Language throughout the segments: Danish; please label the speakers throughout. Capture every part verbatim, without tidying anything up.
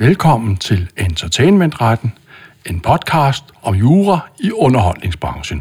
Speaker 1: Velkommen til Entertainmentretten, en podcast om jura i underholdningsbranchen.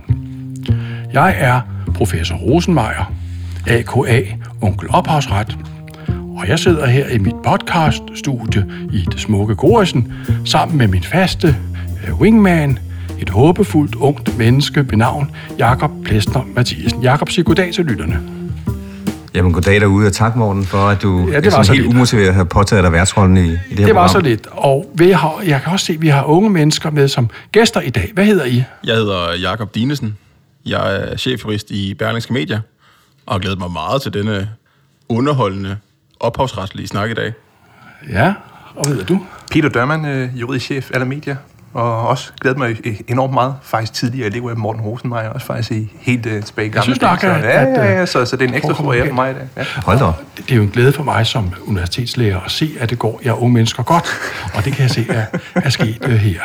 Speaker 1: Jeg er professor Rosenmeier, A K A Onkel Ophavsret, og jeg sidder her i mit podcaststudie i det smukke Gorisen sammen med min faste wingman, et håbefuldt ungt menneske ved navn Jakob Plesner Mathiesen. Jakob, sig goddag til lytterne.
Speaker 2: Jamen, goddag derude, og tak, Morten, for at du
Speaker 1: ja, det var
Speaker 2: er
Speaker 1: så
Speaker 2: helt
Speaker 1: lidt.
Speaker 2: umotiveret har påtaget dig værtsrollen i, i det her
Speaker 1: Det
Speaker 2: program.
Speaker 1: var så lidt, og vi har, jeg kan også se, at vi har unge mennesker med som gæster i dag. Hvad hedder I?
Speaker 3: Jeg hedder Jakob Dinesen. Jeg er chefjurist i Berlingske Media, og har glædet mig meget til denne underholdende ophavsretlige snak i dag.
Speaker 1: Ja, og hvad hedder du?
Speaker 4: Peter Dørman, juridisk chef Aller Media, og også glædet mig enormt meget, faktisk tidligere elev af Morten Rosenmeier, også faktisk i helt uh, tilbage i gamle.
Speaker 1: Jeg synes nok,
Speaker 4: at,
Speaker 1: at,
Speaker 4: ja, ja, ja,
Speaker 1: at,
Speaker 4: så, så det er en ekstra stor ære for mig i dag. Ja.
Speaker 2: Hold da.
Speaker 1: Det er jo en glæde for mig som universitetslærer at se, at det går jer unge mennesker godt, og det kan jeg se er, er sket øh, her.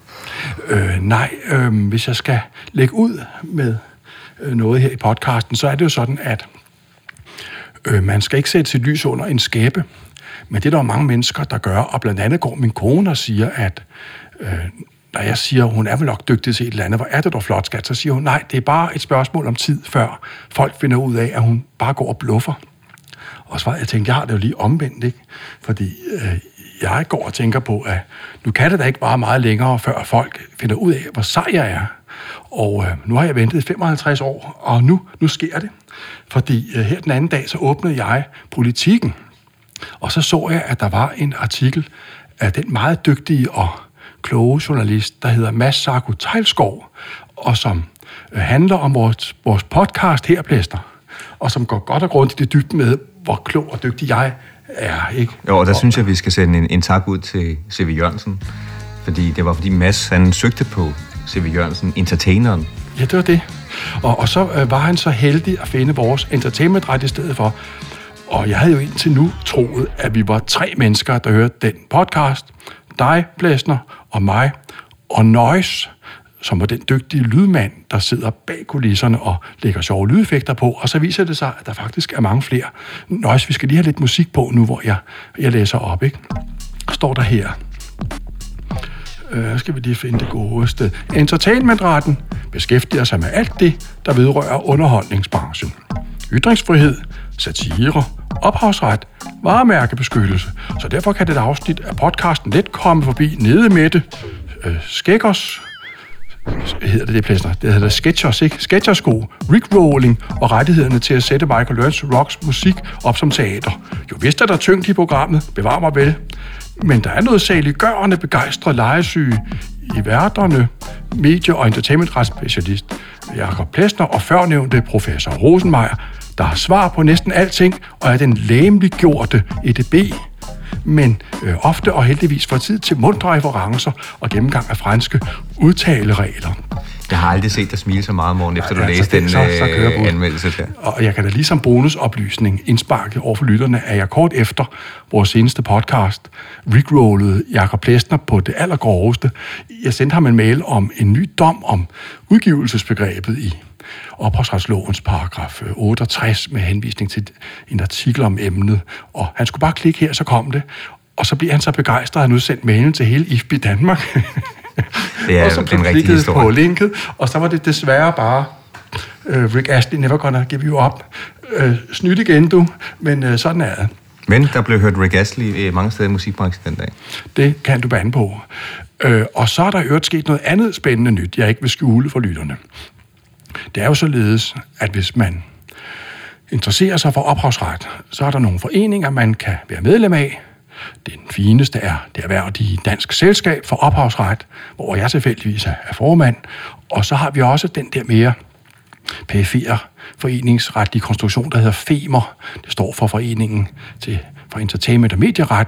Speaker 1: Øh, nej, øh, hvis jeg skal lægge ud med øh, noget her i podcasten, så er det jo sådan, at øh, man skal ikke sætte sit lys under en skæbe, men det er der mange mennesker, der gør, og blandt andet går min kone og siger, at øh, når jeg siger, hun er vel nok dygtig til et eller andet, hvor er det dog flot, skat, så siger hun, nej, det er bare et spørgsmål om tid, før folk finder ud af, at hun bare går og bluffer. Og så var jeg tænkte, jeg har det jo lige omvendt, ikke? Fordi øh, jeg går og tænker på, at nu kan det da ikke bare meget længere, før folk finder ud af, hvor sej jeg er. Og øh, nu har jeg ventet femoghalvtreds år, og nu, nu sker det. Fordi øh, her den anden dag, så åbnede jeg Politikken, og så så jeg, at der var en artikel af den meget dygtige og kloge journalist, der hedder Mads Sarko Teilskov, og som øh, handler om vores, vores podcast her, Plesner, og som går godt og grundigt i dybden med, hvor klog og dygtig jeg er, ikke?
Speaker 2: Jo, og der
Speaker 1: og,
Speaker 2: synes jeg, vi skal sende en, en tak ud til C V Jørgensen, fordi det var fordi Mads, han søgte på C V Jørgensen, entertaineren.
Speaker 1: Ja, det var det. Og, og så øh, var han så heldig at finde vores entertainmentret i stedet for. Og jeg havde jo indtil nu troet, at vi var tre mennesker, der hørte den podcast. Dig, Plesner, og mig, og Noise, som var den dygtige lydmand, der sidder bag kulisserne og lægger sjove lydeffekter på. Og så viser det sig, at der faktisk er mange flere. Noise, vi skal lige have lidt musik på nu, hvor jeg, jeg læser op, ikke? Står der her. Øh, skal vi lige finde det gode sted. Entertainmentretten beskæftiger sig med alt det, der vedrører underholdningsbranchen. Ytringsfrihed, satire, ophavsret, varemærkebeskyttelse. Så derfor kan det afsnit af podcasten let komme forbi nede med det. Øh, Skækkers, hedder det det, Plesner? Det hedder Sketchers, ikke? Sketchersko, Rickrolling og rettighederne til at sætte Michael Learns Rocks musik op som teater. Jo vidst er der tyngt i programmet, bevar mig vel. Men der er noget saliggørende begejstret legesyge i værterne, medie- og entertainmentretsspecialist Jakob Plesner og førnævnte professor Rosenmeier, der har svar på næsten alting og er den læmeliggjorte E D B, men øh, ofte og heldigvis får tid til mundre referencer og gennemgang af franske udtaleregler.
Speaker 2: Jeg har aldrig set dig smile så meget, Morten, efter ja, du
Speaker 1: ja,
Speaker 2: læste den
Speaker 1: så, så
Speaker 2: øh, anmeldelse der.
Speaker 1: Og jeg kan da ligesom bonusoplysning indsparke over for lytterne, at jeg kort efter vores seneste podcast rickrollede Jakob Plesner på det allergroveste. Jeg sendte ham en mail om en ny dom om udgivelsesbegrebet i ophavsretslovens paragraf otteogtres med henvisning til en artikel om emnet. Og han skulle bare klikke her, så kom det. Og så bliver han så begejstret, at han udsendt mailen til hele I F B i Danmark.
Speaker 2: Det er
Speaker 1: og så
Speaker 2: en rigtig historie.
Speaker 1: På linket, og så var det desværre bare uh, Rick Astley, never gonna give you up. Uh, snydt igen, du, men uh, sådan er det.
Speaker 2: Men der blev hørt Rick Astley mange steder i musikbranchen den dag.
Speaker 1: Det kan du bande på. Uh, og så er der øvrigt sket noget andet spændende nyt, jeg ikke vil skjule for lytterne. Det er jo således, at hvis man interesserer sig for ophavsret, så er der nogle foreninger, man kan være medlem af. Den fineste er det erhvervlige Dansk Selskab for Ophavsret, hvor jeg tilfældigvis er formand. Og så har vi også den der mere perifere foreningsretlige konstruktion, der hedder FEMER. Det står for Foreningen til, for Entertainment og Medieret.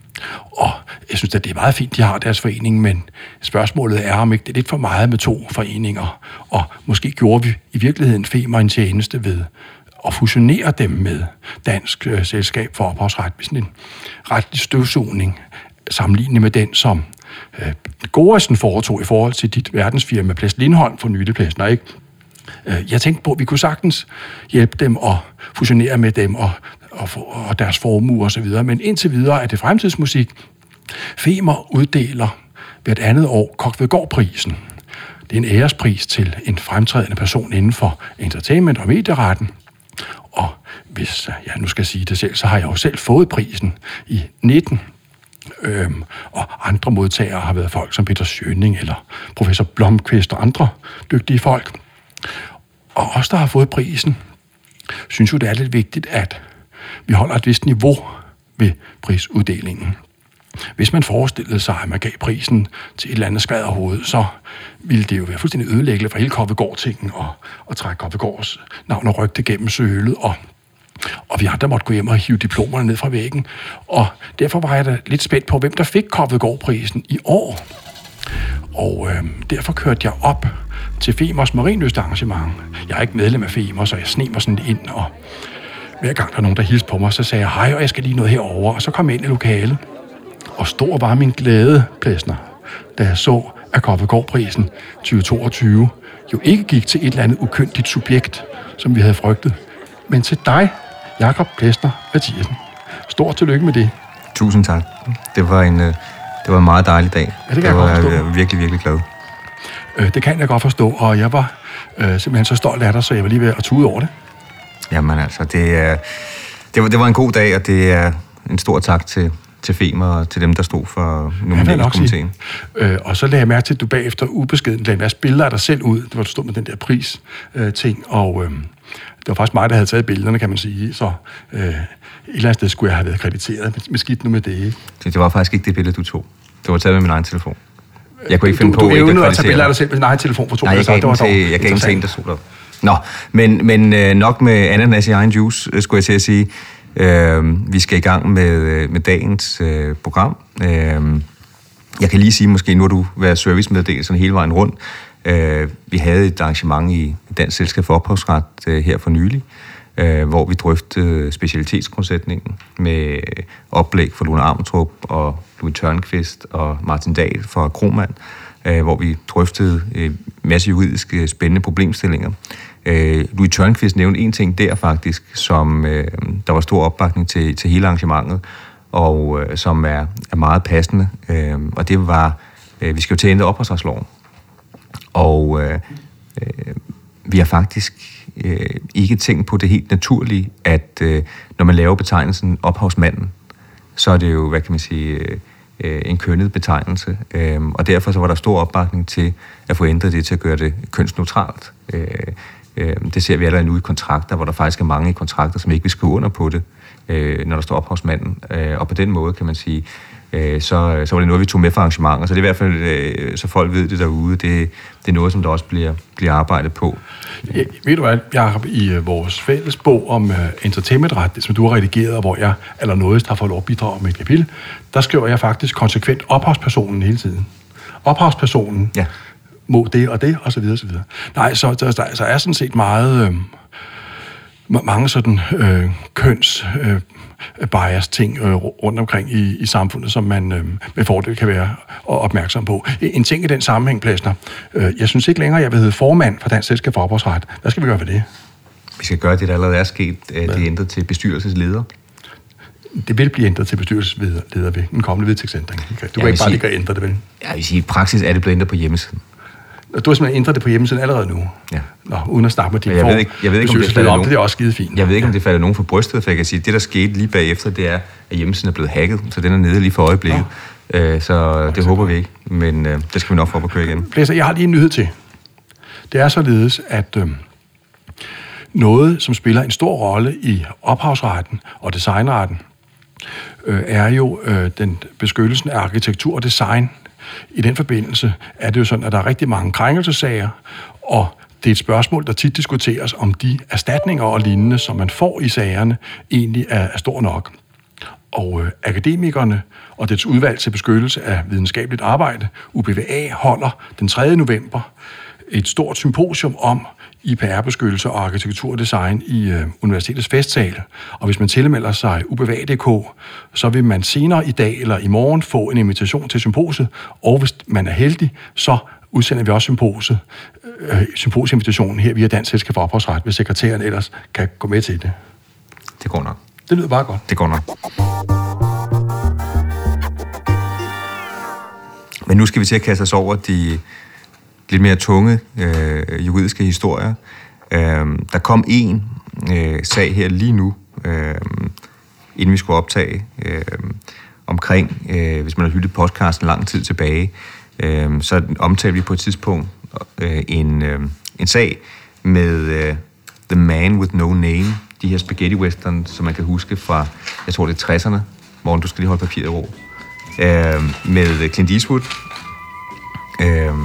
Speaker 1: Og jeg synes, at det er meget fint, de har deres forening, men spørgsmålet er, om ikke det er lidt for meget med to foreninger. Og måske gjorde vi i virkeligheden FEMER en tjeneste ved at fusionere dem med Dansk øh, Selskab for Ophavsret med sådan en retlig støvsugning, sammenlignende med den, som øh, Gorisen foretog i forhold til dit verdensfirma Pless Lindholm for nylig Plesner, ikke? Øh, jeg tænkte på, at vi kunne sagtens hjælpe dem og fusionere med dem og, og, og deres formuer og så videre, men indtil videre er det fremtidsmusik, Femer uddeler hvert andet år Koch-Vedgaard-prisen. Det er en ærespris til en fremtrædende person inden for entertainment og medieretten. Og hvis jeg nu skal sige det selv, så har jeg jo selv fået prisen i nitten. Øhm, og andre modtagere har været folk som Peter Schøning eller professor Blomqvist og andre dygtige folk. Og os, der har fået prisen, synes jo, det er lidt vigtigt, at vi holder et vist niveau ved prisuddelingen. Hvis man forestillede sig, at man gav prisen til et eller andet skvaderhoved, så ville det jo være fuldstændig ødelæggende for hele Koch-Vedgaard-tingen og, og trække Koch-Vedgaards navn og rygte gennem sølet, og, og vi andre måtte gå hjem og hive diplomerne ned fra væggen. Og derfor var jeg da lidt spændt på, hvem der fik Koch-Vedgaard-prisen i år. Og øh, derfor kørte jeg op til Femers Marienlyst-arrangement. Jeg er ikke medlem af Femer, så jeg sneg mig sådan ind, og hver gang der er nogen, der hilste på mig, så sagde jeg, hej, og jeg skal lige noget herover. Og så kom jeg ind i lokalet, og stor var min glæde, Plesner, da jeg så, at Koch-Vedgaard-prisen tyve toogtyve jo ikke gik til et eller andet ukyndigt subjekt, som vi havde frygtet, men til dig, Jakob Plesner Mathiasen. Stort tillykke med det.
Speaker 2: Tusind tak. Det var en, det var en meget dejlig dag.
Speaker 1: Ja, det kan jeg godt forstå.
Speaker 2: Jeg var virkelig, virkelig glad.
Speaker 1: Øh, det kan jeg godt forstå, og jeg var øh, simpelthen så stolt af dig, så jeg var lige ved at tude over det.
Speaker 2: Jamen altså, det, er, det, var, det var en god dag, og det er en stor tak til, til Femer og til dem, der stod for nomineringskomiteen.
Speaker 1: Øh, og så lagde jeg mærke til, at du bagefter ubeskeden lagde en masse billeder af dig selv ud, hvor du stod med den der pris-ting, øh, og øh, det var faktisk mig, der havde taget billederne, kan man sige, så øh, et eller andet sted skulle jeg have været krediteret, med skidt nu med det, ikke?
Speaker 2: Det, det var faktisk ikke det billede, du tog. Det var taget med min egen telefon. Jeg kunne ikke finde
Speaker 1: du,
Speaker 2: på
Speaker 1: du
Speaker 2: ikke at
Speaker 1: evnede at tage billeder af
Speaker 2: dig.
Speaker 1: dig selv med din egen telefon for to.
Speaker 2: Nej, jeg gav den til, jeg gav den til en, der stod der. Nå, men, men øh, nok med ananas i egen juice, øh, skulle jeg til at sige. Øh, vi skal i gang med, med dagens øh, program. Øh, jeg kan lige sige, måske nu har du været servicemeddelet sådan hele vejen rundt. Øh, vi havde et arrangement i Dansk Selskab for Ophavsret øh, her for nylig, øh, hvor vi drøftede specialitetsgrundsætningen med oplæg for Lone Amtrup og Louis Tørnqvist og Martin Dahl fra Kromand, øh, hvor vi drøftede en øh, masse juridiske spændende problemstillinger. Øh, Louis Tørnqvist nævnte en ting der faktisk, som øh, der var stor opbakning til, til hele arrangementet, og øh, som er, er meget passende, øh, og det var, øh, vi skal jo til at ændre ophavsretsloven. Og øh, øh, vi har faktisk øh, ikke tænkt på det helt naturlige, at øh, når man laver betegnelsen ophavsmanden, så er det jo, hvad kan man sige, øh, en kønnet betegnelse. Øh, og derfor så var der stor opbakning til at få ændret det til at gøre det kønsneutralt. Øh, øh, det ser vi allerede nu i kontrakter, hvor der faktisk er mange kontrakter, som ikke vil skrive under på det, øh, når der står ophavsmanden. Øh, og på den måde kan man sige, Så, så var det noget, vi tog med for arrangementer. Så det er i hvert fald, så folk ved det derude, det, det er noget, som der også bliver, bliver arbejdet på.
Speaker 1: Ja, ved du hvad, Jacob, i uh, vores fælles bog om uh, entertainmentret, som du har redigeret, og hvor jeg allernådigst har fået lov at bidrage med et kapitel, der skriver jeg faktisk konsekvent ophavspersonen hele tiden. Ophavspersonen
Speaker 2: ja.
Speaker 1: må det og det, og så videre, og så videre. Nej, så der, der, der er sådan set meget, øh, mange sådan øh, køns... Øh, bias ting øh, rundt omkring i, i samfundet, som man øh, med fordel kan være opmærksom på. En ting i den sammenhæng, Plesner. Øh, jeg synes ikke længere, jeg vil hedde formand for Dansk Selskab for Ophavsret. Hvad skal vi gøre ved det?
Speaker 2: Vi skal gøre det, der allerede er sket. Det er ændret til bestyrelsesleder.
Speaker 1: Det vil blive ændret til bestyrelsesleder ved den kommende vedtægtsændring. Du kan
Speaker 2: ja,
Speaker 1: ikke bare
Speaker 2: sige,
Speaker 1: lige ændre det, vel?
Speaker 2: Jeg vil sige, i praksis er det blevet ændret på hjemmesiden.
Speaker 1: Du har simpelthen ændret det på hjemmesiden allerede nu?
Speaker 2: Ja.
Speaker 1: Nå, uden at snakke med din
Speaker 2: jeg ved ikke, jeg ved ikke om det falder
Speaker 1: om,
Speaker 2: nogen,
Speaker 1: det er også skide fint.
Speaker 2: Jeg ved ikke, om det falder nogen for brystet, for jeg kan sige, at det, der skete lige bagefter, det er, at hjemmesiden er blevet hacket, så den er nede lige for øjeblikket. Ja. Så det håber vi ikke, men øh, det skal vi nok få op at køre igen.
Speaker 1: Plesner, jeg har lige en nyhed til. Det er således, at øh, noget, som spiller en stor rolle i ophavsretten og designretten, øh, er jo øh, den beskyttelsen af arkitektur og design. I den forbindelse er det jo sådan, at der er rigtig mange krænkelsesager, og det er et spørgsmål, der tit diskuteres, om de erstatninger og lignende, som man får i sagerne, egentlig er, er stor nok. Og øh, akademikerne og dets udvalg til beskyttelse af videnskabeligt arbejde, U B V A, holder den tredje november et stort symposium om I P R-beskyttelse og arkitektur og design i øh, universitetets festsal. Og hvis man tilmelder sig U B V A punktum d k, så vil man senere i dag eller i morgen få en invitation til symposiet, og hvis man er heldig, så udsender vi også symposiet, øh, symposieinvitationen her via Dansk Selskab for Ophavsret, hvis sekretæren ellers kan gå med til det.
Speaker 2: Det går nok.
Speaker 1: Det lyder bare godt.
Speaker 2: Det går nok. Men nu skal vi til at kaste os over de lidt mere tunge øh, juridiske historier. Øh, der kom en øh, sag her lige nu, øh, inden vi skulle optage, øh, omkring, øh, hvis man har lyttet podcasten lang tid tilbage, øh, så omtalte vi på et tidspunkt øh, en, øh, en sag med øh, The Man With No Name, de her spaghetti western, som man kan huske fra, jeg tror det er tresserne, hvor du skal lige holde papiret i ro, øh, med Clint Eastwood. Øh,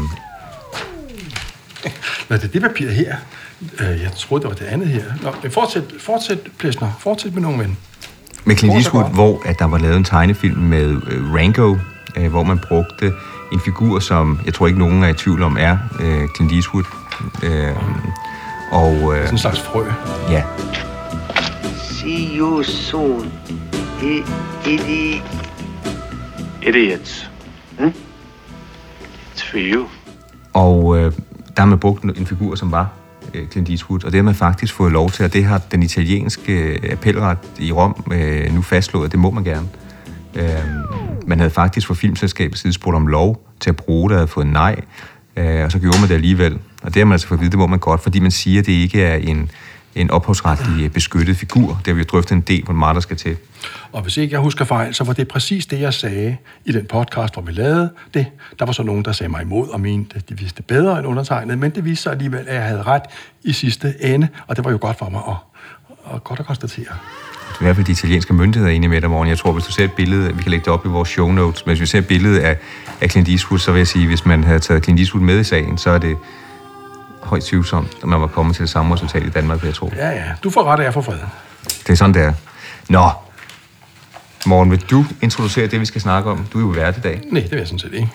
Speaker 1: Nå, det er det papir her. Jeg troede, det var det andet her. Nå, men fortsæt, fortsæt, Plesner. Fortsæt med nogen ven.
Speaker 2: Med Clint Eastwood, hvor at der var lavet en tegnefilm med uh, Rango, uh, hvor man brugte en figur, som jeg tror ikke nogen er i tvivl om er uh, Clint Eastwood. Uh, og, uh,
Speaker 1: Sådan en slags frø.
Speaker 2: Ja.
Speaker 5: See you soon, idiot. Idiots. Hmm? It's for you.
Speaker 2: Og uh, der har man brugt en figur, som var uh, Clint Eastwood, og det har man faktisk fået lov til, og det har den italienske appelret i Rom uh, nu fastslået, at det må man gerne. Uh, man havde faktisk fra filmselskabets side spurgt om lov til at bruge det, og havde fået nej, uh, og så gjorde man det alligevel. Og det har man altså fået at vide, det må man godt, fordi man siger, at det ikke er en, en ophavsretlig beskyttet figur. Det har vi jo drøftet en del, hvor meget der skal til.
Speaker 1: Og hvis ikke jeg husker fejl, så var det præcis det, jeg sagde i den podcast, hvor vi lavede det. Der var så nogen, der sagde mig imod og mente, at de vidste bedre end undertegnet, men det viste sig alligevel, at jeg havde ret i sidste ende, og det var jo godt for mig at, og godt at konstatere.
Speaker 2: I hvert fald de italienske myndigheder er enige med dig, Morten. Jeg tror, hvis du ser et billede, vi kan lægge det op i vores show notes, men hvis vi ser et billede af, af Clint Eastwood, så vil jeg sige, hvis man havde taget Clint Eastwood med i sagen, så er det højt tvivlsomt, at man var kommet til det samme resultat i Danmark, vil jeg tro.
Speaker 1: Ja, ja. Du får ret, og jeg får fred.
Speaker 2: Det er sådan, det er. Nå, Morten, vil du introducere det, vi skal snakke om? Du er jo vært i dag.
Speaker 1: Nej, det vil jeg sådan set ikke.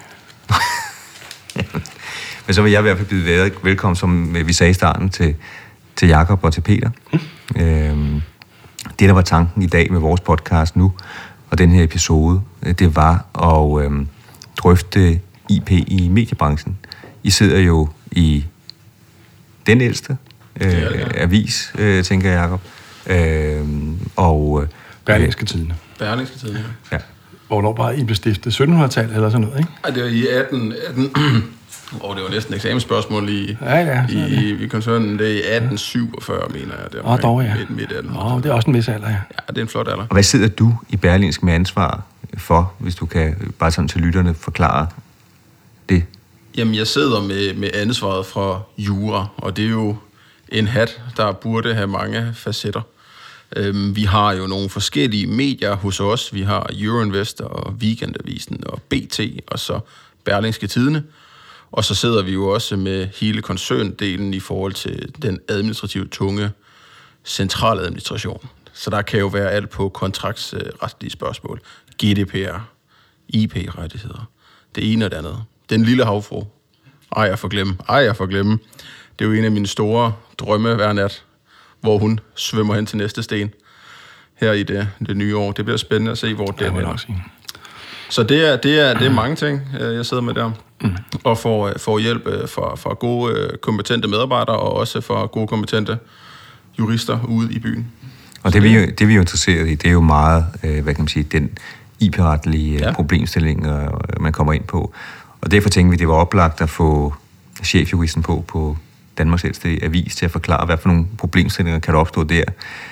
Speaker 2: Men så vil jeg i hvert fald byde velkommen, som vi sagde i starten, til, til Jakob og til Peter. Mm. Øhm, det, der var tanken i dag med vores podcast nu, og den her episode, det var at øhm, drøfte I P i mediebranchen. I sidder jo i den ældste øh, det det, ja. avis, øh, tænker jeg, Jakob. Øh, og øh,
Speaker 1: Berlingske Tidende.
Speaker 3: Berlingske Tidende,
Speaker 2: ja.
Speaker 1: Hvornår bare I blev stiftet? syttenhundredetallet eller sådan noget, ikke?
Speaker 3: Ej, det var i atten... atten og det var næsten eksamensspørgsmål i,
Speaker 1: ja, ja,
Speaker 3: i, i, i koncernen. Det er i atten syvogfyrre, mener jeg. Det
Speaker 1: Åh, dog, ja.
Speaker 3: Midt, midt
Speaker 1: Åh, det er også en vis alder, ja.
Speaker 3: Ja, det er en flot alder.
Speaker 2: Og hvad sidder du i Berlingske med ansvar for, hvis du kan bare sådan til lytterne forklare det?
Speaker 3: Jamen, jeg sidder med, med ansvaret fra jura, og det er jo en hat, der burde have mange facetter. Øhm, vi har jo nogle forskellige medier hos os. Vi har Euroinvest og Weekendavisen og B T, og så Berlingske Tidende. Og så sidder vi jo også med hele koncerndelen i forhold til den administrativt tunge centraladministration. Så der kan jo være alt på kontraktsretlige spørgsmål. G D P R, I P-rettigheder, det ene og det andet. Den lille havfru. Ej, jeg får glemme. Ej, jeg får glemme. Det er jo en af mine store drømme hver nat, hvor hun svømmer hen til næste sten her i det, det nye år. Det bliver spændende at se, hvor det er. Så det er, det, er, det er mange ting, jeg sidder med der. Mm. Og får, får hjælp fra, fra gode, kompetente medarbejdere, og også fra gode, kompetente jurister ude i byen.
Speaker 2: Og det vi, jo, det vi er jo interesseret i, det er jo meget, hvad kan man sige, den I P-retlige ja. problemstilling, man kommer ind på. Og derfor tænkte vi, det var oplagt at få chefjuristen på, på Danmarks ældste avis, til at forklare, hvad for nogle problemstillinger kan der opstå der.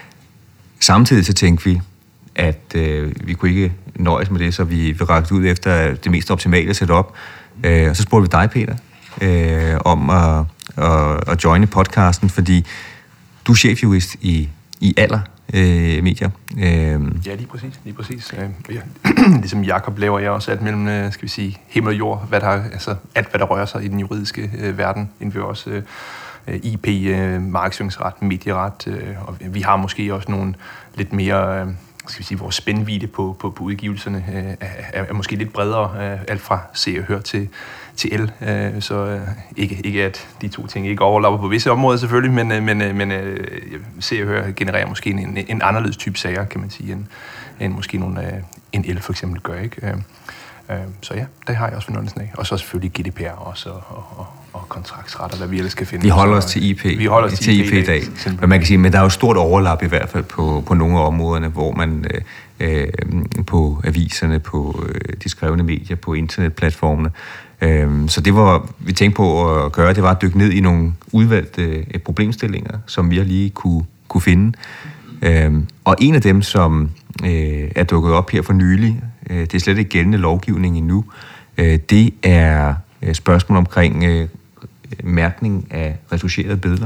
Speaker 2: Samtidig så tænkte vi, at øh, vi kunne ikke nøjes med det, så vi, vi rakte ud efter det mest optimale setup. Øh, og så spurgte vi dig, Peter, øh, om at, at, at joine podcasten, fordi du er chefjurist i, i Aller øh, medier. Øh,
Speaker 4: ja, lige præcis. Lige præcis. Øh, ja. Ligesom Jakob laver jeg også alt mellem, skal vi sige, himmel og jord, hvad der, altså alt, hvad der rører sig i den juridiske øh, verden, inden vi også øh, I P, øh, markedsføringsret, medieret, øh, og vi har måske også nogle lidt mere... Øh, skal vi sige, vores spændvidde på, på, på udgivelserne øh, er, er måske lidt bredere, øh, alt fra se og hør til, til el. Øh, så øh, ikke, ikke at de to ting ikke overlapper på visse områder selvfølgelig, men, øh, men, øh, men øh, se og hør genererer måske en, en anderledes type sager, kan man sige, end, end måske nogle, øh, en el for eksempel gør. Ikke? Øh, så ja, det har jeg også fornøjelsen af. Og så selvfølgelig G D P R også, og, og, og kontraktsretter, hvad vi ellers skal finde.
Speaker 2: Vi holder os
Speaker 4: så,
Speaker 2: til I P.
Speaker 4: Vi holder os til,
Speaker 2: til
Speaker 4: I P i dag.
Speaker 2: Men man kan sige, men der er jo stort overlap i hvert fald på, på nogle af områderne, hvor man øh, på aviserne, på øh, de skrevne medier, på internetplatformene. Øh, så det var, vi tænkte på at gøre, det var at dykke ned i nogle udvalgte øh, problemstillinger, som vi lige kunne, kunne finde. Øh, og en af dem, som øh, er dukket op her for nylig, øh, det er slet ikke gældende lovgivning endnu, øh, det er øh, spørgsmål omkring øh, mærkning af retuscherede billeder.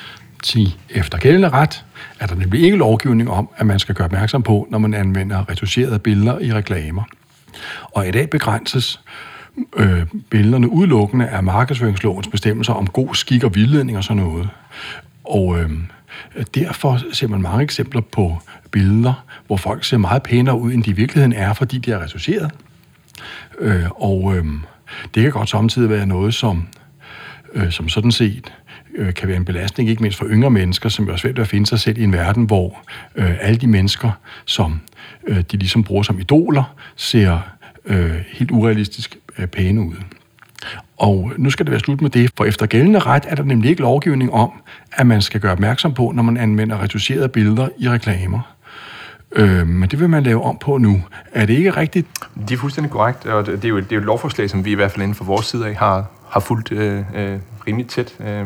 Speaker 1: Til efter gældende ret er der nemlig ikke lovgivning om, at man skal gøre opmærksom på, når man anvender retuscherede billeder i reklamer. Og i dag begrænses øh, billederne udelukkende af markedsføringslovens bestemmelser om god skik og vildledning og sådan noget. Og øh, derfor ser man mange eksempler på billeder, hvor folk ser meget pænere ud, end de i virkeligheden er, fordi de er retuscheret. Øh, og øh, det kan godt samtidig være noget, som, øh, som sådan set øh, kan være en belastning, ikke mindst for yngre mennesker, som er svært ved at finde sig selv i en verden, hvor øh, alle de mennesker, som øh, de ligesom bruger som idoler, ser øh, helt urealistisk øh, pæne ud. Og nu skal det være slut med det, for efter gældende ret er der nemlig ikke lovgivning om, at man skal gøre opmærksom på, når man anvender retuscherede billeder i reklamer. Øh, men det vil man lave om på nu. Er det ikke rigtigt?
Speaker 4: Det er fuldstændig korrekt, og det er jo, det er jo et lovforslag, som vi i hvert fald inden for vores side af har, har fulgt øh, øh, rimelig tæt. Øh,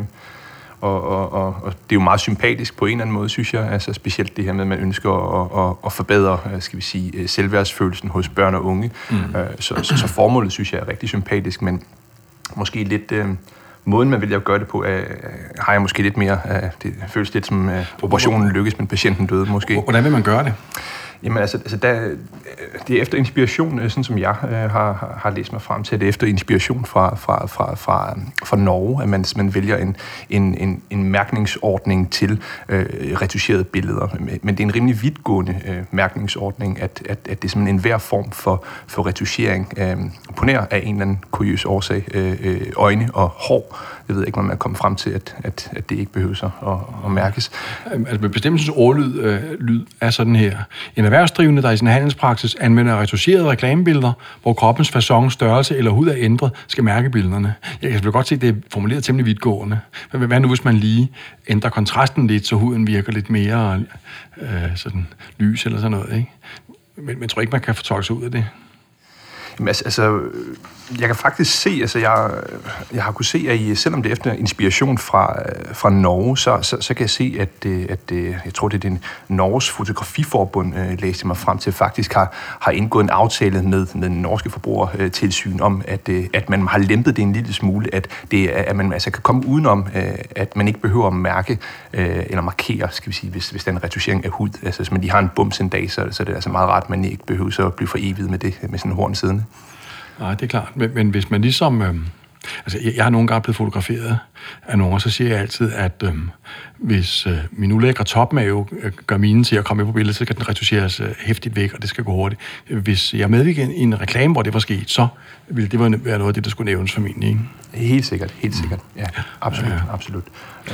Speaker 4: og, og, og, og det er jo meget sympatisk på en eller anden måde, synes jeg. Altså specielt det her med, at man ønsker at, at, at forbedre, skal vi sige, selvværdsfølelsen hos børn og unge. Mm. Øh, så, så, så formålet, synes jeg, er rigtig sympatisk, men måske lidt... Øh, måden, man vil gøre det på, øh, har jeg måske lidt mere... Øh, det føles lidt som øh, operationen lykkes, men patienten døde måske.
Speaker 1: Hvordan vil man gøre det?
Speaker 4: Jamen altså, altså der, det er efter inspiration, sådan som jeg øh, har, har læst mig frem til, det er efter inspiration fra, fra, fra, fra, fra Norge, at man, man vælger en, en, en, en mærkningsordning til øh, retuscherede billeder. Men det er en rimelig vidtgående øh, mærkningsordning, at, at, at det er simpelthen enhver form for, for retuschering øh, på nær af en eller anden kuriøs årsag, øh, øjne og hår. Jeg ved ikke, om man er kommet frem til, at, at, at det ikke behøver at, at mærkes.
Speaker 1: Altså bestemmelsens ordlyd øh, lyd er sådan her. En erhvervsdrivende, der i sin handelspraksis anvender retuscherede reklamebilleder, hvor kroppens facon, størrelse eller hud er ændret, skal mærke billederne. Jeg kan selvfølgelig godt se, at det er formuleret temmelig vidtgående. Men hvad nu, hvis man lige ændrer kontrasten lidt, så huden virker lidt mere øh, sådan lys eller sådan noget, ikke? Men jeg tror ikke, man kan fortolke sig ud af det.
Speaker 4: Jamen, altså, jeg kan faktisk se, altså jeg, jeg har kunnet se, at I, selvom det er efter inspiration fra, fra Norge, så, så, så kan jeg se, at, at jeg tror, det er den Norges Fotografiforbund, læste mig frem til, faktisk har, har indgået en aftale med, med den norske forbrugertilsyn om, at, at man har lempet det en lille smule, at, det, at man altså kan komme udenom, at man ikke behøver at mærke eller markere, skal vi sige, hvis, hvis der er en retuschering af hud. Altså, hvis man lige har en bums en dag, så, så er det altså meget rart, at man ikke behøver så at blive for evigt med det, med sådan en horn siddende.
Speaker 1: Nej, det er klart. Men, men hvis man ligesom... Øh, altså, jeg, jeg har nogle gange blevet fotograferet af nogen, og så siger jeg altid, at øh, hvis øh, min ulækre topmave øh, gør minen til at komme med på billedet, så kan den retuscheres øh, hæftigt væk, og det skal gå hurtigt. Hvis jeg medvirker i en reklame, hvor det var sket, så ville det være noget af det, der skulle nævnes for min, ikke?
Speaker 4: Helt sikkert, helt sikkert. Ja, absolut, ja. absolut.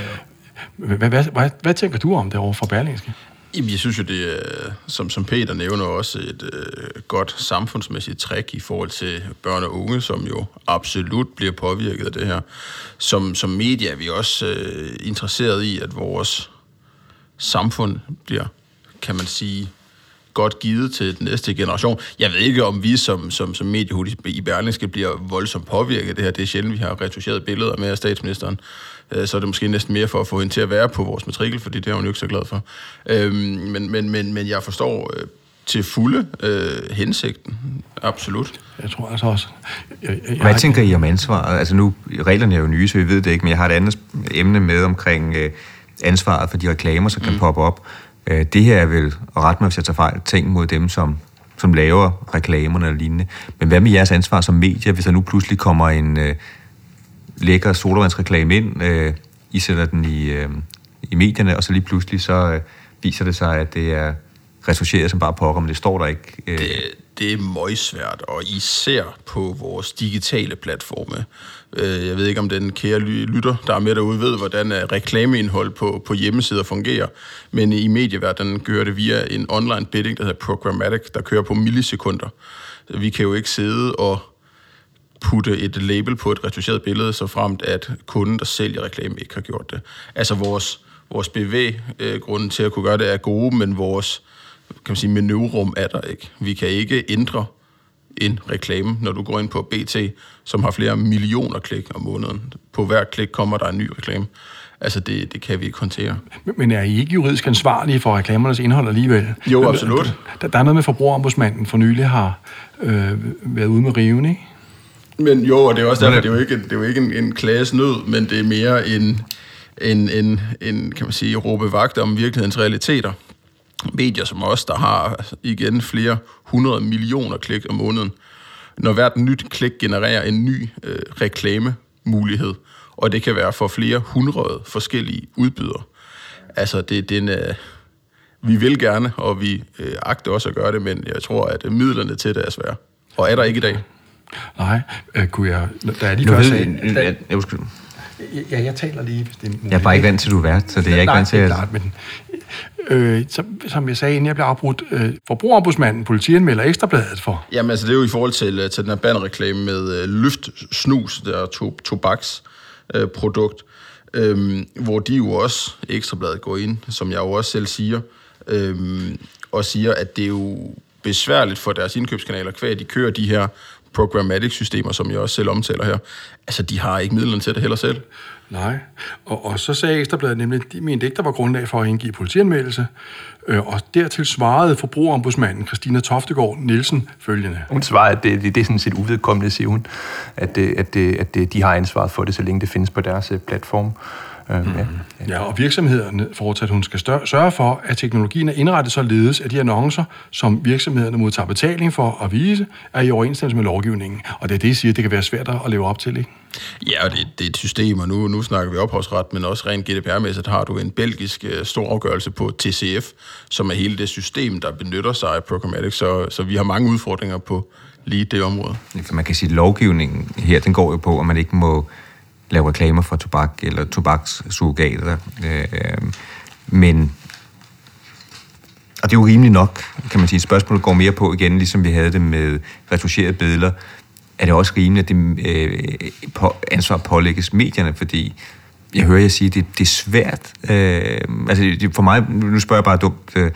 Speaker 1: Hvad, hvad, hvad, hvad tænker du om det over for Berlingske?
Speaker 3: Jamen, jeg synes jo, det er, som, som Peter nævner, også et øh, godt samfundsmæssigt træk i forhold til børn og unge, som jo absolut bliver påvirket af det her. Som, som medie er vi også øh, interesseret i, at vores samfund bliver, kan man sige, godt givet til den næste generation. Jeg ved ikke, om vi som, som, som mediehus i Berlingske bliver voldsomt påvirket af det her. Det er sjældent, vi har retuscheret billeder med af statsministeren. Så er det måske næsten mere for at få hende til at være på vores matrikel, fordi det er hun jo ikke så glad for. Men, men, men, men jeg forstår til fulde øh, hensigten. Absolut.
Speaker 1: Jeg tror altså også... Jeg, jeg,
Speaker 2: Hvad tænker I om ansvaret? Altså nu, reglerne er jo nye, så vi ved det ikke, men jeg har et andet emne med omkring øh, ansvaret for de reklamer, som kan mm. poppe op. Øh, det her er vel, og ret mig, hvis jeg tager fejl, ting mod dem, som, som laver reklamerne og lignende. Men hvad med jeres ansvar som medier, hvis der nu pludselig kommer en... Øh, lækker sodavandsreklame ind, øh, I sætter den i, øh, i medierne, og så lige pludselig så øh, viser det sig, at det er retuscheret som bare pokker, men det står der ikke. Øh.
Speaker 3: Det, det er møgsvært, og især på vores digitale platforme. Jeg ved ikke, om den kære lytter, der er med derude, ved, hvordan reklameindhold på, på hjemmesider fungerer, men i medieverdenen kører det via en online bidding, der hedder Programmatic, der kører på millisekunder. Vi kan jo ikke sidde og putte et label på et retuscheret billede, så fremt at kunden, der sælger reklame, ikke har gjort det. Altså vores, vores bevæggrunden til at kunne gøre det er gode, men vores kan man sige, manøvrum er der ikke. Vi kan ikke ændre en reklame, når du går ind på B T, som har flere millioner klik om måneden. På hver klik kommer der en ny reklame. Altså, det, det kan vi ikke håndtere.
Speaker 1: Men er I ikke juridisk ansvarlige for reklamernes indhold alligevel?
Speaker 3: Jo, absolut.
Speaker 1: Der, der er noget med Forbrugerombudsmanden for nylig har øh, været ude med riven, ikke?
Speaker 3: Men jo, og det er også derfor, det er jo ikke, det er jo ikke en, en klagesnød, men det er mere en, en, en, en kan man sige, råbe vagt om virkelighedens realiteter. Medier som os, der har igen flere hundrede millioner klik om måneden. Når hvert nyt klik genererer en ny øh, reklamemulighed, og det kan være for flere hundrede forskellige udbydere. Altså, det, den, øh, vi vil gerne, og vi øh, agter også at gøre det, men jeg tror, at midlerne til det er svære. Og er der ikke i dag?
Speaker 1: Nej, øh, kunne jeg... Der er lige først sagde...
Speaker 2: Jeg, jeg,
Speaker 1: ja, jeg taler lige... Hvis det er
Speaker 2: jeg er bare ikke vant til, at du er vært, så det er jeg ikke vant til.
Speaker 1: Nej, det er klart, men... Øh, som, som jeg sagde, inden jeg blev afbrudt, øh, Forbrugerombudsmanden, politianmelder Ekstrabladet for.
Speaker 3: Jamen altså, det er jo i forhold til, til den her bannerreklame med øh, Lyft Snus, der to, tobaksprodukt, øh, øh, hvor de jo også, Ekstrabladet går ind, som jeg jo også selv siger, øh, og siger, at det er jo besværligt for deres indkøbskanaler, kvæg de kører de her programmatic-systemer, som jeg også selv omtaler her. Altså, de har ikke midlerne til det heller selv.
Speaker 1: Nej, og, og så sagde Ekstrabladet nemlig, at de mente ikke, der var grundlag for at indgive politianmeldelse, øh, og dertil svarede Forbrugerombudsmanden Christina Toftegaard Nielsen følgende.
Speaker 4: Hun svarede, at det, det, det er sådan set uvedkommende, siger hun, at, at, at, at de har ansvaret for det, så længe det findes på deres platform. Øh, mm. ja.
Speaker 1: ja, og virksomhederne fortsat, hun skal stør- sørge for, at teknologien er indrettet således, at de annoncer, som virksomhederne modtager betaling for at vise, er i overensstemmelse med lovgivningen. Og det er det, jeg siger, det kan være svært at leve op til, ikke?
Speaker 3: Ja, og det, det er et system, og nu, nu snakker vi ophavsret, men også rent G D P R-mæssigt har du en belgisk uh, stor afgørelse på T C F, som er hele det system, der benytter sig af programmatic, så, så vi har mange udfordringer på lige det område.
Speaker 2: Man kan sige, at lovgivningen her, den går jo på, at man ikke må lave reklamer for tobak eller tobakssurrogater. Øh, men, og det er jo rimeligt nok, kan man sige. Spørgsmålet går mere på igen, ligesom vi havde det med retuscherede billeder. Er det også rimeligt, at det øh, på, ansvar pålægges medierne? Fordi jeg hører jer sige, at det, det er svært. Øh, altså det, for mig, nu spørger jeg bare dumt, øh,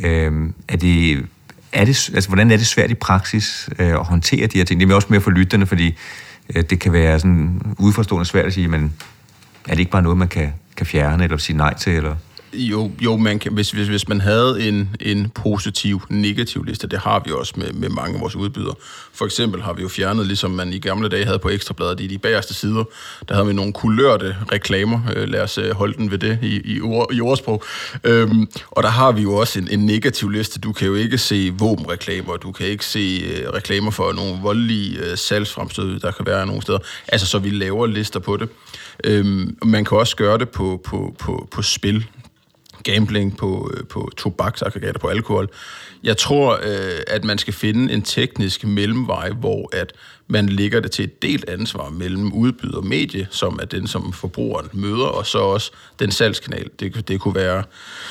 Speaker 2: er det... Er det, altså, hvordan er det svært i praksis øh, at håndtere de her ting? Det er også mere for lytterne, fordi øh, det kan være sådan udforstående svært at sige, men er det ikke bare noget, man kan, kan fjerne eller sige nej til? Eller?
Speaker 3: Jo, jo man kan, hvis, hvis, hvis man havde en, en positiv, negativ liste, det har vi også med, med mange af vores udbydere. For eksempel har vi jo fjernet, ligesom man i gamle dage havde på Ekstrabladet, i de bagerste sider, der havde vi nogle kulørte reklamer. Lad os holde den ved det i, i, ord, i ordsprog. Øhm, og der har vi jo også en, en negativ liste. Du kan jo ikke se våbenreklamer, du kan ikke se uh, reklamer for nogle voldelige uh, salgsfremstød, der kan være nogle steder. Altså, så vi laver lister på det. Øhm, man kan også gøre det på, på, på, på spil. Gambling på, på tobaksaggregater, på alkohol. Jeg tror, øh, at man skal finde en teknisk mellemvej, hvor at man lægger det til et delt ansvar mellem udbyder og medie, som er den, som forbrugeren møder, og så også den salgskanal. Det, det kunne være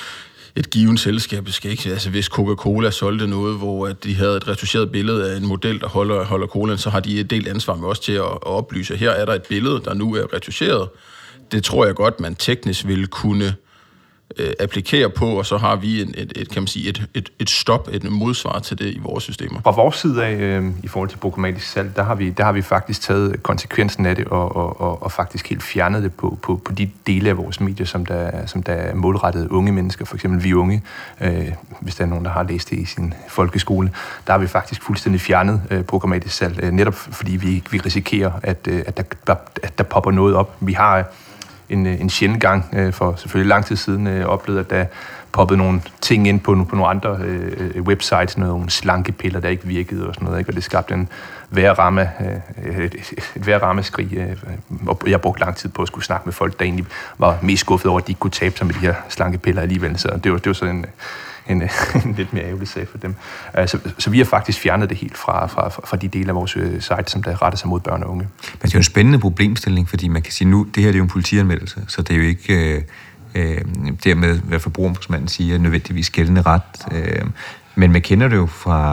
Speaker 3: et givet selskab. Det skal ikke, altså hvis Coca-Cola solgte noget, hvor at de havde et retuscheret billede af en model, der holder, holder colaen, så har de et delt ansvar med os til at, at oplyse. Her er der et billede, der nu er retuscheret. Det tror jeg godt, man teknisk ville kunne applikere på, og så har vi en, et, et, kan man sige, et, et, et stop, et modsvar til det i vores systemer.
Speaker 4: Fra vores side af, øh, i forhold til programmatisk salg, der har vi, der har vi faktisk taget konsekvensen af det, og, og, og, og faktisk helt fjernet det på, på, på de dele af vores medier, som der, som der er målrettet unge mennesker, for eksempel vi unge, øh, hvis der er nogen, der har læst det i sin folkeskole, der har vi faktisk fuldstændig fjernet øh, programmatisk salg, øh, netop fordi vi, vi risikerer, at, øh, at, der, at der popper noget op. Vi har en, en sjældent gang øh, for selvfølgelig lang tid siden øh, oplevet, at der poppede nogle ting ind på, på nogle andre øh, websites, nogle slankepiller, der ikke virkede og sådan noget, ikke? Og det skabte en værre ramme, øh, et, et værre rammeskrig, øh, og jeg brugte lang tid på at skulle snakke med folk, der egentlig var mest skuffet over, at de ikke kunne tabe sig med de her slankepiller alligevel, så det var, det var sådan en En, en lidt mere ærgerlig sag for dem. Så, så vi har faktisk fjernet det helt fra, fra, fra de dele af vores site, som der retter sig mod børn og unge.
Speaker 2: Men det er jo en spændende problemstilling, fordi man kan sige nu, det her det er jo en politianmeldelse, så det er jo ikke øh, øh, dermed, hvad Forbrugerombudsmanden siger, nødvendigvis gældende ret. Øh, men man kender det jo fra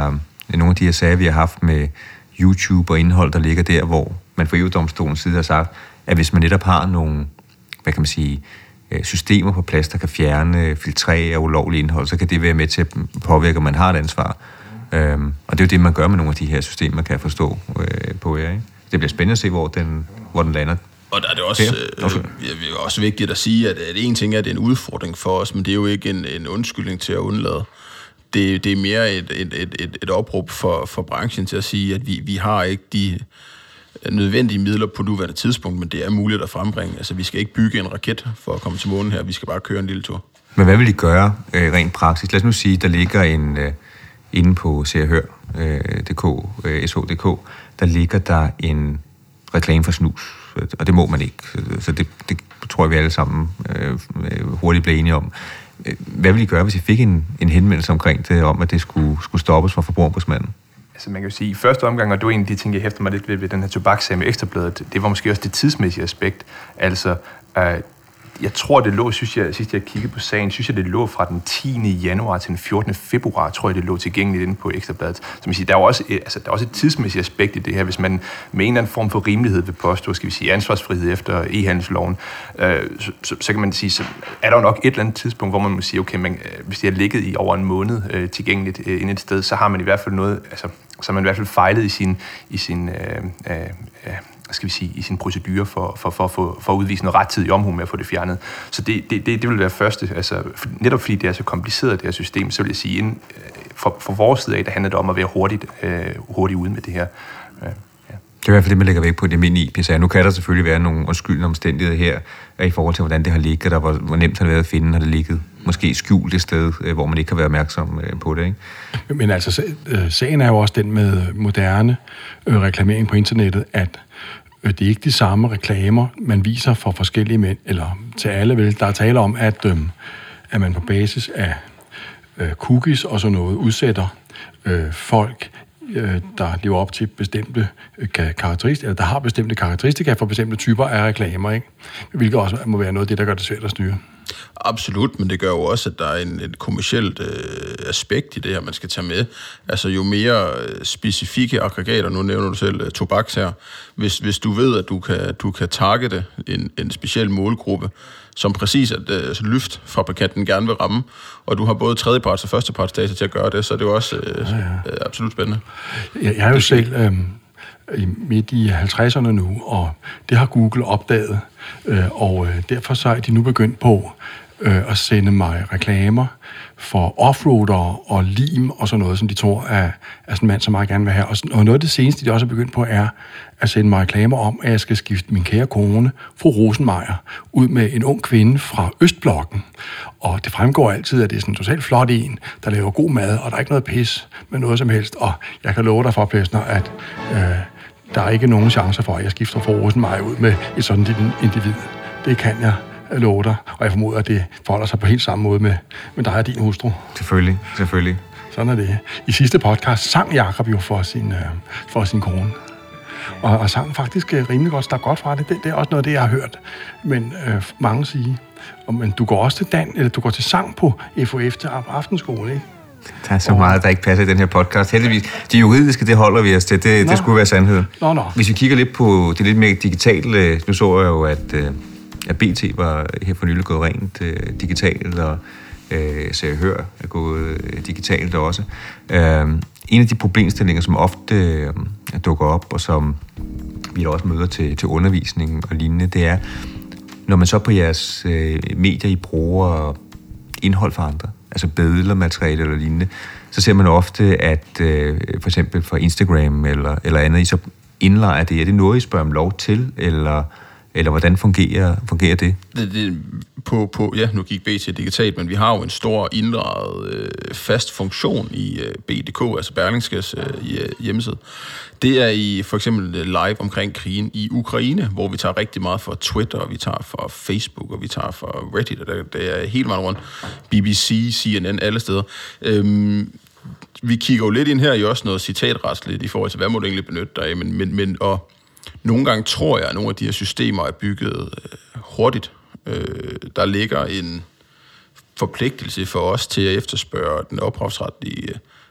Speaker 2: nogle af de her sager, vi har haft med YouTube og indhold, der ligger der, hvor man fra E U-domstolens side har sagt, at hvis man netop har nogle, hvad kan man sige, systemer på plads, der kan fjerne, filtrere ulovligt indhold, så kan det være med til at påvirke, at man har et ansvar. Øhm, og det er jo det, man gør med nogle af de her systemer, kan jeg forstå øh, på jer, ikke? Det bliver spændende at se, hvor den, hvor den lander.
Speaker 3: Og der er det også, øh, okay. øh, også vigtigt at sige, at, at en ting er, at det er en udfordring for os, men det er jo ikke en, en undskyldning til at undlade. Det, det er mere et, et, et, et, et opråb for, for branchen til at sige, at vi, vi har ikke de nødvendige midler på nuværende tidspunkt, men det er muligt at frembringe. Altså, vi skal ikke bygge en raket for at komme til månen her, vi skal bare køre en lille tur.
Speaker 2: Men hvad vil I gøre øh, rent praksis? Lad os nu sige, der ligger en, øh, inde på Se og Hør, øh, .dk, øh, S H punktum D K, der ligger der en reklame for snus, og det må man ikke. Så det, det tror jeg, vi alle sammen øh, hurtigt bliver enige om. Hvad ville I gøre, hvis I fik en, en henvendelse omkring det, om at det skulle, skulle stoppes fra Forbrugerombudsmanden?
Speaker 4: Altså man kan jo sige, i første omgang, og det var en af de ting, jeg hæfter mig lidt ved, ved den her tobakssag med Ekstrabladet, det var måske også det tidsmæssige aspekt. Altså, øh, jeg tror, det lå, synes jeg, sidst jeg kiggede på sagen, synes jeg, det lå fra den tiende januar til den fjortende februar, tror jeg, det lå tilgængeligt inde på Ekstrabladet. Så man siger, der er også, altså, der er også et tidsmæssigt aspekt i det her, hvis man med en eller anden form for rimelighed vil påstå, skal vi sige, ansvarsfrihed efter e-handelsloven, øh, så, så, så kan man sige, så er der jo nok et eller andet tidspunkt, hvor man må sige, okay, man, hvis det har ligget i over en måned øh, tilgængeligt øh, inde et sted, så har man i hvert fald noget, altså, så har man i hvert fald fejlet i sin, i sin øh, øh, skal vi sige, i sin procedure for, for, for, for, for at udvise noget rettidig omhu med at få det fjernet. Så det, det, det, det vil være første, altså netop fordi det er så kompliceret, det her system, så vil jeg sige, inden, for, for vores side af, der handler det om at være hurtigt, øh, hurtigt ude med det her. Øh, ja.
Speaker 2: Det er i hvert fald det, man lægger væk på det almindelige I P S R. Nu kan der selvfølgelig være nogle undskyldende omstændigheder her, i forhold til, hvordan det har ligget, og hvor, hvor nemt har det været at finde, har det ligget måske skjult et sted, hvor man ikke kan være opmærksom på det, ikke?
Speaker 1: Men altså, sagen er jo også den med moderne øh, reklamering på internettet, at det er ikke de samme reklamer, man viser for forskellige mænd, eller til alle vel. Der er tale om, at, øh, at man på basis af øh, cookies og sådan noget udsætter øh, folk, øh, der lever op til bestemte øh, karakteristika, eller der har bestemte karakteristika for bestemte typer af reklamer, ikke? Hvilket også må være noget af det, der gør det svært at styre.
Speaker 3: Absolut, men det gør jo også, at der er en, et kommercielt øh, aspekt i det her, man skal tage med. Altså jo mere øh, specifikke aggregater, nu nævner du selv øh, tobaks her, hvis, hvis du ved, at du kan, du kan targete en, en speciel målgruppe, som præcis at øh, lyftfabrikanten gerne vil ramme, og du har både tredjeparts- og førstepartsdata til at gøre det, så er det jo også øh, ja, ja. Øh, absolut spændende.
Speaker 1: Jeg, jeg er jo selv øh, midt i halvtredserne nu, og det har Google opdaget, øh, og øh, derfor så er de nu begyndt på øh, at sende mig reklamer for offroader og lim og sådan noget, som de tror er, er sådan en mand, som meget gerne vil have. Og, og noget af det seneste, de også er begyndt på, er at sende mig reklamer om, at jeg skal skifte min kære kone, fru Rosenmeier, ud med en ung kvinde fra Østblokken. Og det fremgår altid, at det er sådan en totalt flot en, der laver god mad, og der er ikke noget pis med noget som helst. Og jeg kan love dig for, Plesner, at øh, der er ikke nogen chancer for, at jeg skifter fru Rosenmeier ud med et sådan individ. Det kan jeg love dig, og jeg formoder, at det forholder sig på helt samme måde med, med dig og din hustru.
Speaker 2: Selvfølgelig, selvfølgelig.
Speaker 1: Sådan er det. I sidste podcast sang Jakob jo for sin, øh, for sin kone. Og, og sang faktisk øh, rimelig godt, stak godt fra det. det. Det er også noget af det, jeg har hørt. Men øh, mange sige, og, men du går også til dan, eller du går til sang på F O F til aftenskole, ikke?
Speaker 2: Der er så meget, der ikke passer i den her podcast. Heldigvis, det juridiske, det holder vi os til. Det, det skulle være sandhed. Nå, nå. Hvis vi kigger lidt på det lidt mere digitale, nu så jeg jo, at, at B T var her for nylig gået rent uh, digitalt, og uh, Se og Hør er gået uh, digitalt også. Uh, en af de problemstillinger, som ofte uh, dukker op, og som vi også møder til, til undervisning og lignende, det er, når man så på jeres uh, medier, I bruger indhold for andre, altså billeder, materiale eller lignende, så ser man ofte, at øh, for eksempel for Instagram eller, eller andet, I så indlejer det. Er det noget, I spørger om lov til, eller, eller hvordan fungerer, fungerer det?
Speaker 3: det, det på, på, ja, nu gik B T digitalt, men vi har jo en stor indlejet øh, fast funktion i øh, B punktum d k, altså Berlingskes øh, hjemmeside. Det er i for eksempel live omkring krigen i Ukraine, hvor vi tager rigtig meget fra Twitter, og vi tager fra Facebook, og vi tager fra Reddit, og det er helt meget rundt. B B C, C N N, alle steder. Øhm, vi kigger jo lidt ind her i også noget citatretsligt i forhold til, hvad må du egentlig benytte dig af, men, men, men og nogle gange tror jeg, at nogle af de her systemer er bygget øh, hurtigt. Øh, der ligger en forpligtelse for os til at efterspørge den ophavsretlige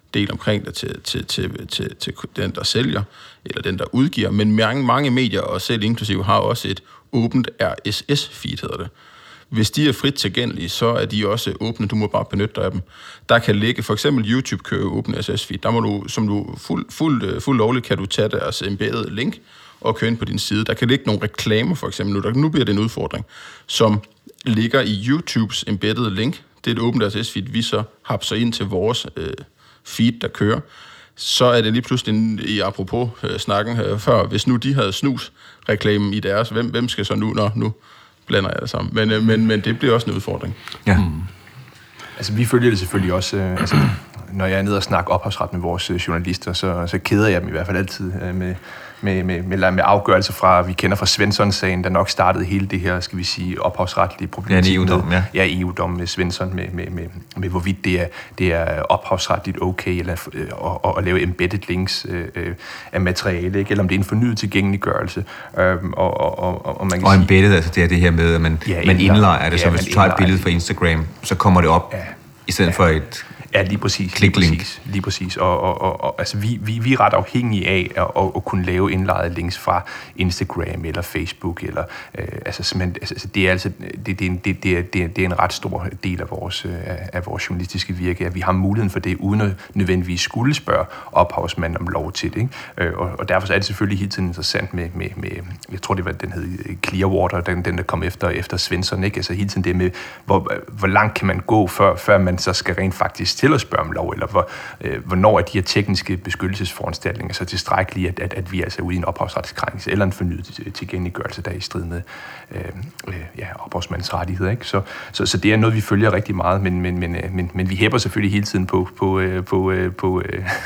Speaker 3: del omkring det til, til, til, til, til den, der sælger, eller den, der udgiver. Men mange, mange medier, og selv inklusive, har også et åbent R S S-feed, hedder det. Hvis de er frit tilgængelige, så er de også åbne. Du må bare benytte dig af dem. Der kan ligge, for eksempel YouTube kører åben R S S-feed. Der må du, som du fuld, fuld, fuld lovligt, kan du tage deres embedded link og køre ind på din side. Der kan ligge nogle reklamer, for eksempel. Nu, der, nu bliver det en udfordring, som ligger i YouTubes embedded link. Det er et åbent R S S-feed, vi så hapser ind til vores øh, feed, der kører. Så er det lige pludselig, i apropos øh, snakken øh, før, hvis nu de havde snus-reklamen i deres, hvem, hvem skal så nu, når nu blander jeg det sammen. Men, øh, men, men det bliver også en udfordring.
Speaker 2: Ja.
Speaker 4: Mm. Altså, vi følger det selvfølgelig også, øh, altså, når jeg er nede og snakker ophavsret med vores øh, journalister, så, så keder jeg dem i hvert fald altid øh, med, med, med, med, med afgørelser fra, vi kender fra Svensson-sagen, der nok startede hele det her, skal vi sige, ophavsretlige problem.
Speaker 2: Ja, E U-dom, ja.
Speaker 4: Ja, E U-dom med Svensson, med, med, med, med hvorvidt det er, det er ophavsretligt okay, eller at, at lave embedded links øh, af materiale, ikke? Eller om det er en fornyet tilgængeliggørelse. Øh, og, og, og, og, man kan
Speaker 2: og
Speaker 4: sige,
Speaker 2: embedded, altså det er det her med, at man,
Speaker 4: ja,
Speaker 2: man indlejer det,
Speaker 4: ja,
Speaker 2: så hvis du tager et billede fra Instagram, så kommer det op,
Speaker 4: ja,
Speaker 2: i stedet
Speaker 4: ja.
Speaker 2: for et...
Speaker 4: Ja, lige præcis.
Speaker 2: Kliklink.
Speaker 4: Lige præcis. Lige præcis. Og, og, og, og altså, vi, vi, vi er ret afhængige af at, at, at kunne lave indlejrede links fra Instagram eller Facebook. Eller, øh, altså, men, altså, det er altså det, det, er en, det, det, er, det, er, det er en ret stor del af vores, af vores journalistiske virke, at vi har muligheden for det, uden at nødvendigvis skulle spørge ophavsmanden om lov til det. Ikke? Og, og derfor er det selvfølgelig helt tiden interessant med, med, med, jeg tror det var, den hed Clearwater, den, den der kom efter, efter Svensson. Ikke? Altså hele tiden det med, hvor, hvor langt kan man gå, før, før man så skal rent faktisk til at spørge om lov, eller hvor, øh, hvornår er de her tekniske beskyttelsesforanstaltninger så tilstrækkelige, at, at, at vi er altså ude i en ophavsretskrænkelse, eller en fornyet tilgængeliggørelse, der er i strid med øh, øh, ja, ophavsmandens rettigheder. Ikke? Så, så, så det er noget, vi følger rigtig meget, men, men, men, men, men vi hæpper selvfølgelig hele tiden på, på, på, på, på,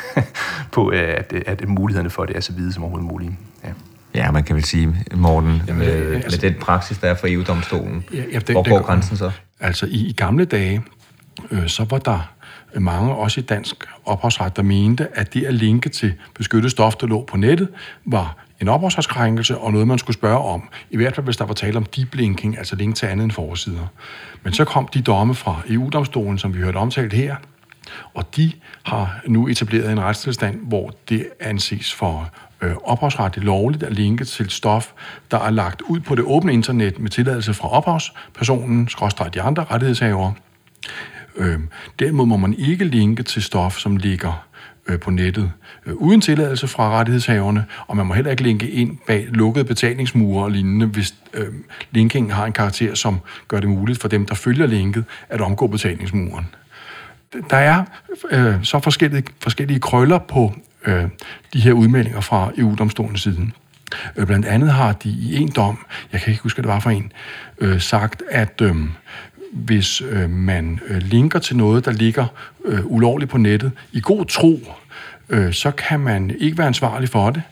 Speaker 4: på at, at mulighederne for det er så vide som overhovedet muligt. Ja.
Speaker 2: Ja, man kan vel sige, Morten,
Speaker 1: Jamen,
Speaker 2: med,
Speaker 1: altså,
Speaker 2: med den praksis, der er fra E U-domstolen,
Speaker 1: ja, ja, det,
Speaker 2: hvor
Speaker 1: det,
Speaker 2: går
Speaker 1: det,
Speaker 2: grænsen så?
Speaker 1: Altså, i, i gamle dage, øh, så var der mange, også i dansk ophavsret, der mente, at det at linke til beskyttet stof, der lå på nettet, var en ophavsretskrænkelse og noget, man skulle spørge om. I hvert fald, hvis der var tale om deep linking, altså link til andet end forsider. Men så kom de domme fra E U-domstolen, som vi hørte omtalt her, og de har nu etableret en retstilstand, hvor det anses for øh, ophavsretligt lovligt at linke til stof, der er lagt ud på det åbne internet med tilladelse fra ophavspersonen, skråstreg de andre rettighedshavere. Øh, derimod må man ikke linke til stof, som ligger øh, på nettet øh, uden tilladelse fra rettighedshaverne, og man må heller ikke linke ind bag lukkede betalingsmure og lignende, hvis øh, linkingen har en karakter, som gør det muligt for dem, der følger linket, at omgå betalingsmuren. Der er øh, så forskellige, forskellige krøller på øh, de her udmeldinger fra E U-domstolens side. Øh, blandt andet har de i en dom, jeg kan ikke huske, hvad det var for en, øh, sagt, at øh, hvis øh, man øh, linker til noget, der ligger øh, ulovligt på nettet, i god tro, øh, så kan man ikke være ansvarlig for det.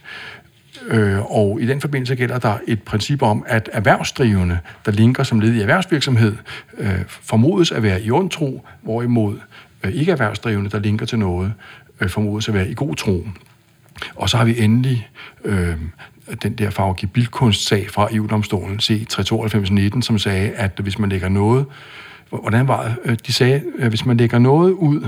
Speaker 1: Øh, og i den forbindelse gælder der et princip om, at erhvervsdrivende, der linker som led i erhvervsvirksomhed, øh, formodes at være i ond tro, hvorimod øh, ikke erhvervsdrivende, der linker til noget, øh, formodes at være i god tro. Og så har vi endelig øh, den der Faggi Bilkunst-sag fra E U-domstolen, C tre tooghalvfems nitten, som sagde, at hvis man lægger noget, hvordan var det? De sagde, at hvis man lægger noget ud,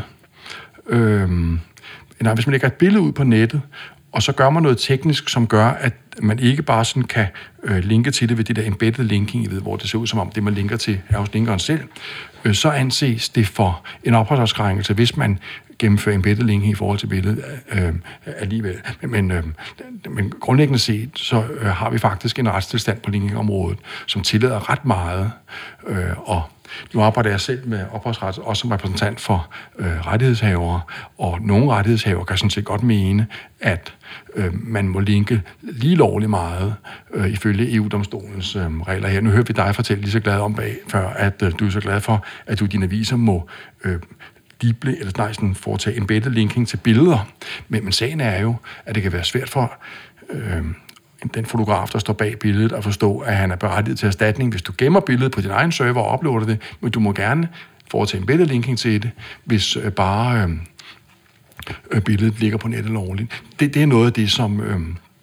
Speaker 1: øh, nej, hvis man lægger et billede ud på nettet, og så gør man noget teknisk, som gør, at man ikke bare sådan kan øh, linke til det ved det der embedded linking, I ved, hvor det ser ud som om det, man linker til, er hos linkeren selv, øh, så anses det for en ophavsretskrænkelse, hvis man gennemfører embedded linking i forhold til billedet øh, alligevel. Men, men, øh, men grundlæggende set, så øh, har vi faktisk en retstilstand på linkingområdet, som tillader ret meget, øh, og nu arbejder jeg selv med ophavsret, også som repræsentant for øh, rettighedshavere, og nogle rettighedshavere kan sådan set godt mene, at øh, man må linke lige lovligt meget øh, ifølge E U-domstolens øh, regler her. Nu hører vi dig fortælle lige så glad om bag, før at øh, du er så glad for, at du i dine aviser må øh, deeple, eller nej, sådan foretage embedded linking til billeder. Men, men sagen er jo, at det kan være svært for øh, den fotograf, der står bag billedet, at forstå, at han er berettiget til erstatning, hvis du gemmer billedet på din egen server og uploader det, men du må gerne foretage embedded linking til det, hvis øh, bare øh, billedet ligger på nettet lovligt. Det, det er noget af det, som øh,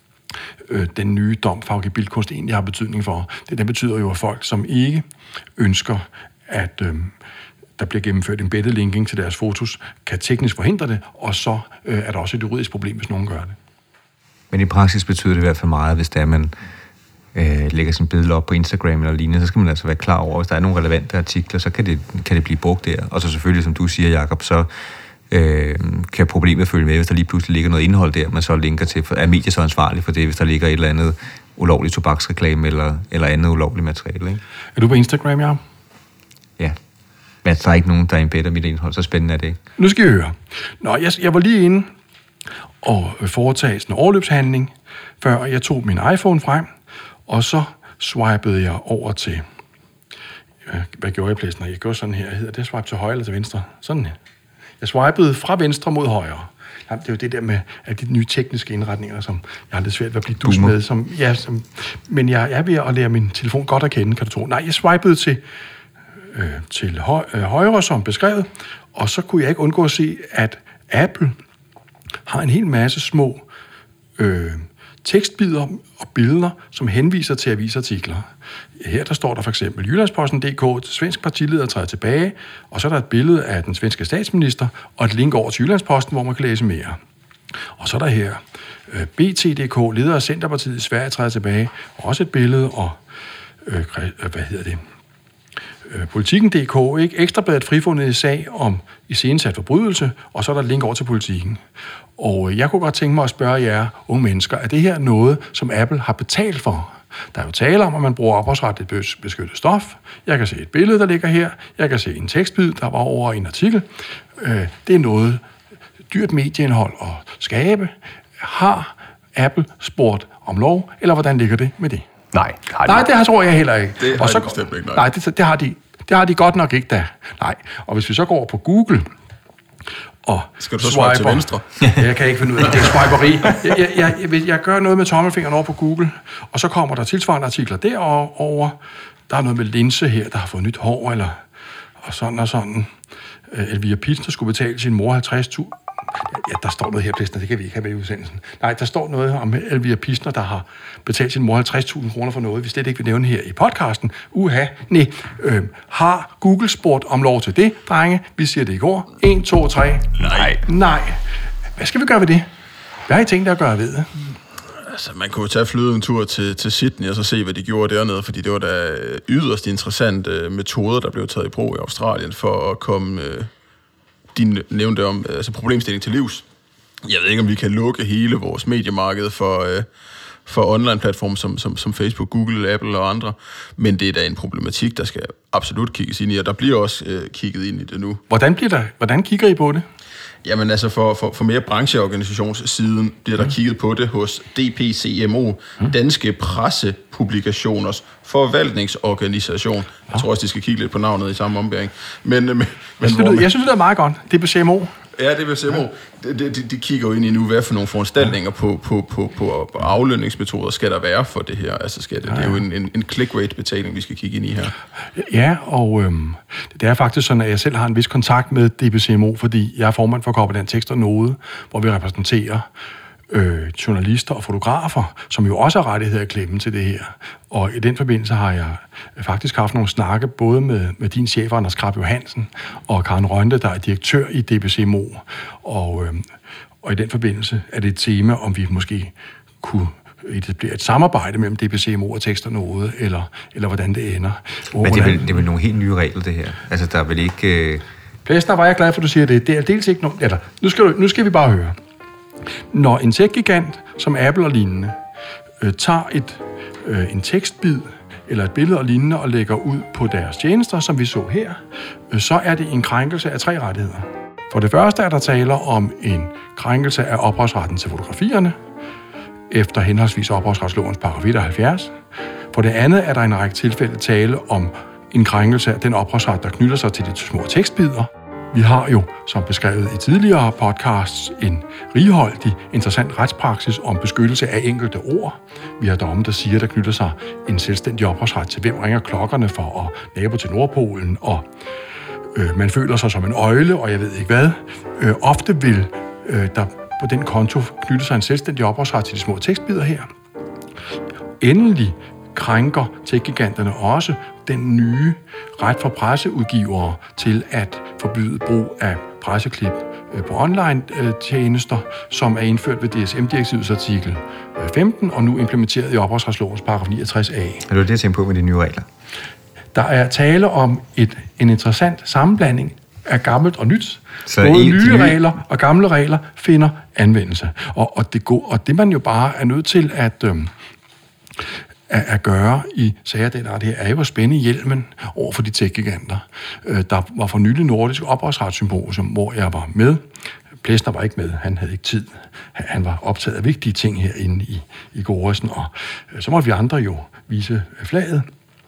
Speaker 1: øh, den nye dom, Faggi Bilkunst, egentlig har betydning for. Det, det betyder jo, at folk, som ikke ønsker, at øh, der bliver gennemført embedded linking til deres fotos, kan teknisk forhindre det, og så øh, er der også et juridisk problem, hvis nogen gør det.
Speaker 2: Men i praksis betyder det i hvert fald meget, hvis der man øh, lægger sin billede op på Instagram eller lignende, så skal man altså være klar over, hvis der er nogle relevante artikler, så kan det, kan det blive brugt der. Og så selvfølgelig, som du siger, Jacob, så øh, kan problemet følge med, hvis der lige pludselig ligger noget indhold der, man så linker til. Er medier så ansvarlig for det, hvis der ligger et eller andet ulovligt tobaksreklame eller, eller andet ulovligt materiale? Ikke?
Speaker 1: Er du på Instagram, ja?
Speaker 2: Ja. Men der er ikke nogen, der embedder mit indhold, så spændende er det ikke.
Speaker 1: Nu skal I høre. Nå, jeg, jeg var lige inde og foretage sådan en overløbshandling, før jeg tog min iPhone frem, og så swipede jeg over til... Hvad gjorde jeg pladsen? Jeg gjorde sådan her. Hedder det swipe til højre eller til venstre? Sådan her. Jeg swipede fra venstre mod højre. Jamen, det er jo det der med at de nye tekniske indretninger, som jeg har lidt svært ved at blive dus med. Som, ja, som, men jeg er ved at lære min telefon godt at kende, kan du tro. Nej, jeg swipede til, øh, til høj, øh, højre, som beskrevet, og så kunne jeg ikke undgå at se, at Apple har en hel masse små øh, tekstbidder og billeder, som henviser til avisartikler. Her der står der for eksempel Jyllandsposten punktum d k, svensk partileder træder tilbage, og så er der et billede af den svenske statsminister, og et link over til Jyllandsposten, hvor man kan læse mere. Og så er der her øh, B T punktum d k, leder af Centerpartiet i Sverige træder tilbage, og også et billede, og øh, hvad hedder det? Øh, Politikken punktum d k, ikke? Ekstrabladet frifundet i sag om iscenesat forbrydelse, og så er der et link over til Politikken. Og jeg kunne godt tænke mig at spørge jer unge mennesker, er det her noget, som Apple har betalt for? Der er jo tale om, at man bruger ophavsretligt beskyttet stof. Jeg kan se et billede, der ligger her. Jeg kan se en tekstbid, der var over en artikel. Det er noget dyrt medieindhold at skabe. Har Apple spurgt om lov, eller hvordan ligger det med det?
Speaker 4: Nej,
Speaker 1: har de. Nej, det tror jeg heller ikke.
Speaker 3: Det har
Speaker 1: og så,
Speaker 3: de bestemt ikke, nej.
Speaker 1: Nej, det, det, har de, det har de godt nok ikke da. Nej, og hvis vi så går over på Google... Og
Speaker 3: skal du så swipe til venstre?
Speaker 1: Jeg kan ikke finde ud af det. Det er swiperi. Jeg, jeg, jeg, jeg, jeg gør noget med tommelfingeren over på Google, og så kommer der tilsvarende artikler derover. Der er noget med Linse her, der har fået nyt hår, eller og sådan og sådan. Elvira Pilsner skulle betale sin mor halvtreds tusind. Ja, der står noget her, Pilsner, det kan vi ikke have med i udsendelsen. Nej, der står noget om Elvira Pilsner, der har betalt sin mor halvtreds tusind kroner for noget, vi slet ikke vil nævne her i podcasten. Uha, nej. Øh, har Google spurgt om lov til det, drenge? Vi siger det i går. en, to, tre.
Speaker 3: Nej.
Speaker 1: Nej. Hvad skal vi gøre ved det? Hvad har I tænkt jer at gøre ved det?
Speaker 3: Altså, man kunne jo tage flyet en tur til, til Sydney og så se, hvad de gjorde dernede, fordi det var da yderst interessante metoder, der blev taget i brug i Australien for at komme... Øh de nævnte om altså problemstilling til livs. Jeg ved ikke, om vi kan lukke hele vores mediemarked for, øh, for online-platforme som, som, som Facebook, Google, Apple og andre, men det er da en problematik, der skal absolut kigges ind i, og der bliver også øh, kigget ind i det nu.
Speaker 1: Hvordan, bliver der, hvordan kigger I på det?
Speaker 3: Jamen altså, for, for, for mere brancheorganisationssiden bliver der mm. kigget på det hos D P C M O, mm. Danske Pressepublikationers Forvaltningsorganisation. Ja. Jeg tror også, de skal kigge lidt på navnet i samme ombæring. Men, men,
Speaker 1: jeg, synes, det, jeg synes, det er meget godt. D P C M O.
Speaker 3: Ja, D P C M O. Ja. De, de, de kigger jo ind i nu, hvad for nogle foranstaltninger på, på, på, på, på aflønningsmetoder skal der være for det her. Altså skal det, ja, ja. Det er jo en, en, en click-rate-betaling, vi skal kigge ind i her. Ja, og øhm, det er faktisk sådan, at jeg selv har en vis kontakt med D P C M O, fordi jeg er formand for Korporat Tekst og Node, hvor vi repræsenterer øh, journalister og fotografer, som jo også har rettigheder at klemme til det her. Og i den forbindelse har jeg faktisk haft nogle snakke både med, med din chef, Anders Krab Johansen, og Karen Rønde, der er direktør i D P C M O. Og, øh, og i den forbindelse er det et tema, om vi måske kunne etablere et samarbejde mellem D P C M O og Tekst og Node, eller, eller hvordan det ender.
Speaker 2: Men det er, vel, det er vel nogle helt nye regler, det her? Altså, der er vel ikke... Øh...
Speaker 1: Plæsner, var jeg glad for, at du siger det. Det er dels ikke noget... Eller, nu skal, du, nu skal vi bare høre. Når en tech-gigant som Apple og lignende øh, tager et, øh, en tekstbid eller et billede og lignende og lægger ud på deres tjenester, som vi så her, øh, så er det en krænkelse af tre rettigheder. For det første er der taler om en krænkelse af ophavsretten til fotografierne, efter henholdsvis ophavsretslovens paragraf etoghalvfjerds. For det andet er der en række tilfælde tale om en krænkelse af den ophavsret, der knytter sig til de små tekstbidder. Vi har jo, som beskrevet i tidligere podcasts, en righoldig, interessant retspraksis om beskyttelse af enkelte ord. Vi har domme, der siger, der knytter sig en selvstændig ophavsret til, hvem ringer klokkerne for, og nabo til Nordpolen, og øh, man føler sig som en øgle, og jeg ved ikke hvad. Øh, ofte vil øh, der på den konto knytte sig en selvstændig ophavsret til de små tekstbidder her. Endelig krænker tech-giganterne også den nye ret for presseudgivere til at forbyde brug af presseklip på online-tjenester, som er indført ved D S M-direktivets artikel femten, og nu implementeret i ophavsretslovens paragraf niogtres A.
Speaker 2: Er det det, jeg tænker på med de nye regler?
Speaker 1: Der er tale om et, en interessant sammenblanding af gammelt og nyt.
Speaker 2: Så
Speaker 1: Både
Speaker 2: en,
Speaker 1: nye
Speaker 2: nye
Speaker 1: regler og gamle regler finder anvendelse. Og, og, det, går, og det man jo bare er nødt til at, øhm, at, at gøre i sager den art her, er jo at spænde hjelmen over for de tech-giganter. Øh, der var for nylig nordisk ophavsretssymposium, hvor jeg var med. Plesner var ikke med, han havde ikke tid. Han var optaget af vigtige ting herinde i, i Goresen, og øh, så måtte vi andre jo vise flaget.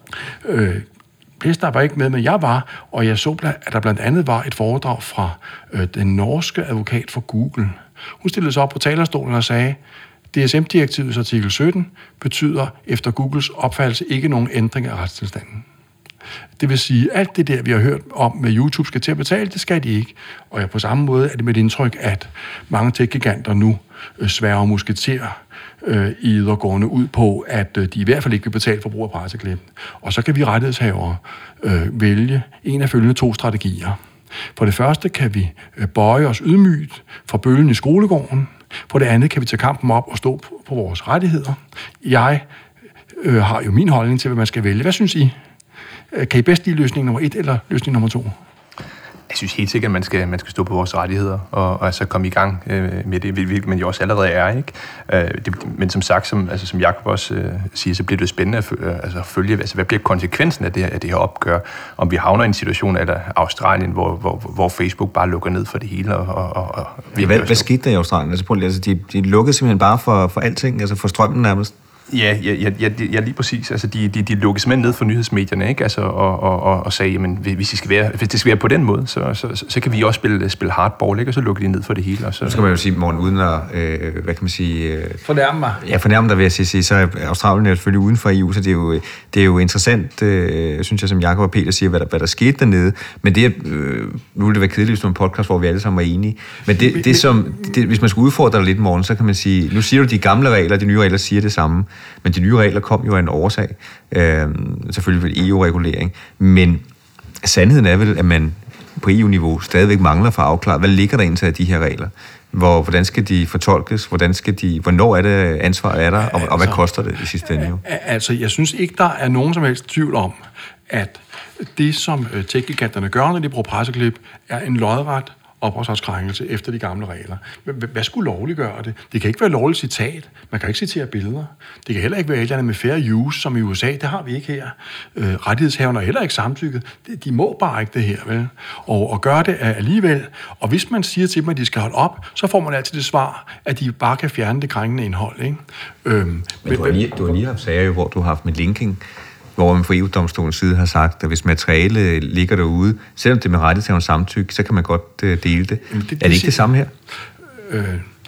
Speaker 1: Øh, Plesner var ikke med, men jeg var, og jeg så, at der blandt andet var et foredrag fra øh, den norske advokat for Google. Hun stillede sig op på talerstolen og sagde, D S M-direktivets artikel sytten betyder efter Googles opfattelse ikke nogen ændring af retstilstanden. Det vil sige, at alt det der, vi har hørt om med YouTube skal til at betale, det skal de ikke. Og ja, på samme måde er det med et indtryk, at mange tech-giganter nu øh, sværger musketerer øh, i ydergående ud på, at øh, de i hvert fald ikke vil betale for brug af presseklip. Og så kan vi rettighedshavere øh, vælge en af følgende to strategier. For det første kan vi øh, bøje os ydmygt for bølgen i skolegården. For det andet kan vi tage kampen op og stå på, på vores rettigheder. Jeg øh, har jo min holdning til, hvad man skal vælge. Hvad synes I? Kan I bedst lide løsning nummer et eller løsning nummer to?
Speaker 4: Jeg synes helt sikkert, at man skal, man skal stå på vores rettigheder og, og altså komme i gang øh, med det, hvilket man jo også allerede er. Ikke? Øh, det, men som sagt, som, altså, som Jacob også øh, siger, så bliver det spændende at følge, altså, følge altså, hvad bliver konsekvensen af det, af det her opgør? Om vi havner i en situation af Australien, hvor, hvor, hvor Facebook bare lukker ned for det hele. Og, og, og
Speaker 2: ja, hvad, hvad skete der i Australien? Altså, altså, de, de lukkede simpelthen bare for, for alting, altså for strømmen nærmest.
Speaker 4: Ja, ja, ja, ja, ja, lige præcis. Altså, de, de, de lukkede simpelthen ned for nyhedsmedierne, ikke? Altså, og, og, og, og sagde, jamen, hvis, I skal være, hvis det skal være på den måde, så, så, så, så kan vi også spille, spille hardball, ikke? Og så lukker de ned for det hele. Og så,
Speaker 2: så skal man jo sige, Morten, uden at, øh, hvad kan man sige... Øh,
Speaker 1: fornærme mig.
Speaker 2: Ja, fornærme dig, vil jeg sige. Så er Australien jo selvfølgelig uden for E U, så det er jo, det er jo interessant, øh, synes jeg, som Jacob og Peter siger, hvad der, hvad der skete dernede. Men det, øh, nu ville det være kedeligt, hvis det var en podcast, hvor vi alle sammen var enige. Men det, det, det som, det, hvis man skulle udfordre dig lidt, Morten, så kan man sige, nu siger du, de gamle regler, de nye regler siger det samme, men de nye regler kom jo af en årsag, øh, selvfølgelig ved E U-regulering, men sandheden er vel, at man på E U-niveau stadigvæk mangler for at afklare, hvad ligger der indtil af de her regler? Hvor, hvordan skal de fortolkes? Hvordan skal de, hvornår er det ansvaret er der, og, og hvad koster det i sidste ende? Jo?
Speaker 1: Altså, jeg synes ikke, der er nogen som helst tvivl om, at det, som tech-giganterne gør, når de bruger presseklip, er en lodret ophavsretskrænkelse efter de gamle regler. Hvad skulle lovliggøre det? Det kan ikke være lovligt citat. Man kan ikke citere billeder. Det kan heller ikke være et eller andet med fair use, som i U S A. Det har vi ikke her. Øh, rettighedshaverne er heller ikke samtykket. De må bare ikke det her, vel? Og, og gøre det alligevel. Og hvis man siger til dem, at de skal holde op, så får man altid det svar, at de bare kan fjerne det krænkende indhold, ikke? Øhm,
Speaker 2: men du har, lige, du har lige haft sager, hvor du har haft med linking, hvor man fra E U-domstolens side har sagt, at hvis materiale ligger derude, selvom det er med rettighedshaverens samtykke, så kan man godt uh, dele det. Jamen, det, det. Er det ikke det samme her?
Speaker 1: Øh,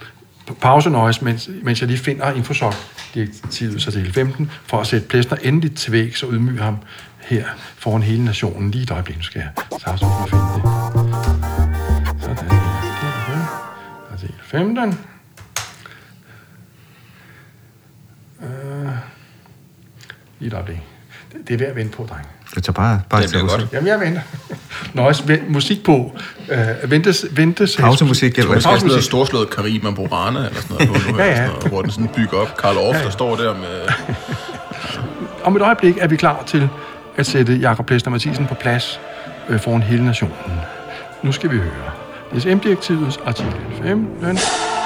Speaker 1: pause nøjes, mens, mens jeg lige finder Infosoc-direktivets artikel femten, for at sætte Plesner endeligt til væg, så ydmyge ham her foran hele nationen. Lige et øjeblik, nu skal jeg tage så for at finde det. Sådan her. Artikel femten. Øh, lige et øjeblik. Det, det er ved at vente på, dreng.
Speaker 2: Det tager bare, bare
Speaker 3: det bliver godt.
Speaker 1: Jamen, jeg venter. Nøjes, musik på. Uh, ventes, ventes...
Speaker 2: Pausemusik.
Speaker 3: Jeg tror, det skal sådan storslået Karima Burana, eller sådan noget, på nu, ja, ja. Sådan noget, hvor den sådan bygger op. Karl Orff, ja, ja. Der står der med...
Speaker 1: Om et øjeblik er vi klar til at sætte Jacob Plesner Mathisen på plads øh, foran hele nationen. Nu skal vi høre. D S M-direktivets artikel femten.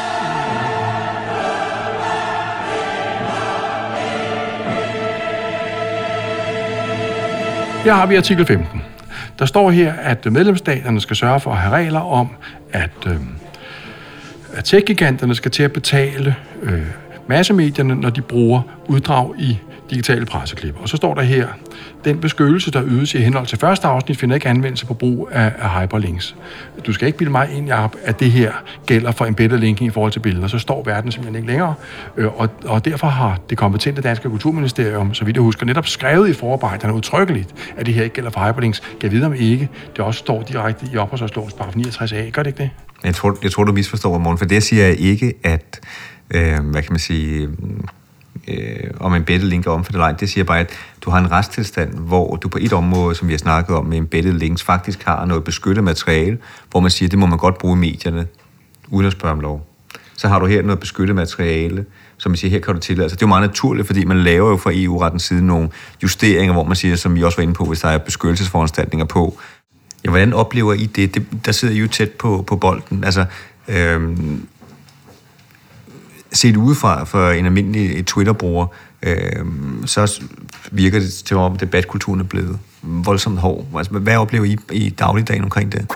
Speaker 1: Her har vi artikel femten. Der står her, at medlemsstaterne skal sørge for at have regler om, at, øh, at tech-giganterne skal til at betale øh, massemedierne, når de bruger uddrag i digitale presseklip. Og så står der her, den beskyttelse, der ydes i henhold til første afsnit, finder ikke anvendelse på brug af, af hyperlinks. Du skal ikke bilde mig ind, Jacob, at det her gælder for embedded linking i forhold til billeder. Så står verden simpelthen ikke længere. Øh, og, og derfor har det kompetente danske kulturministerium, så vidt jeg husker, netop skrevet i forarbejderne udtrykkeligt, at det her ikke gælder for hyperlinks. Jeg ved om ikke. Det også står direkte i ophavsretslovens paragraf niogtres A. Gør det ikke det?
Speaker 2: Jeg tror, jeg tror du misforstår, Morten, for det siger jeg ikke, at, øh, hvad kan man sige... øh, om embedded link er omfattet eller ej. Det siger bare, at du har en retstilstand, hvor du på et område, som vi har snakket om med embedded links, faktisk har noget beskyttet materiale, hvor man siger, at det må man godt bruge i medierne, uden at spørge om lov. Så har du her noget beskyttet materiale, som man siger, her kan du tillade. Altså, det er jo meget naturligt, fordi man laver jo fra E U-rettens side nogle justeringer, hvor man siger, som vi også var inde på, hvis der er beskyttelsesforanstaltninger på. Ja, hvordan oplever I det? det der sidder I jo tæt på, på bolden. Altså, øhm, set udefra for en almindelig Twitter-bruger, øhm, så virker det til, om debatkulturen er blevet voldsomt hård. Altså, hvad oplever I i dagligdagen omkring det?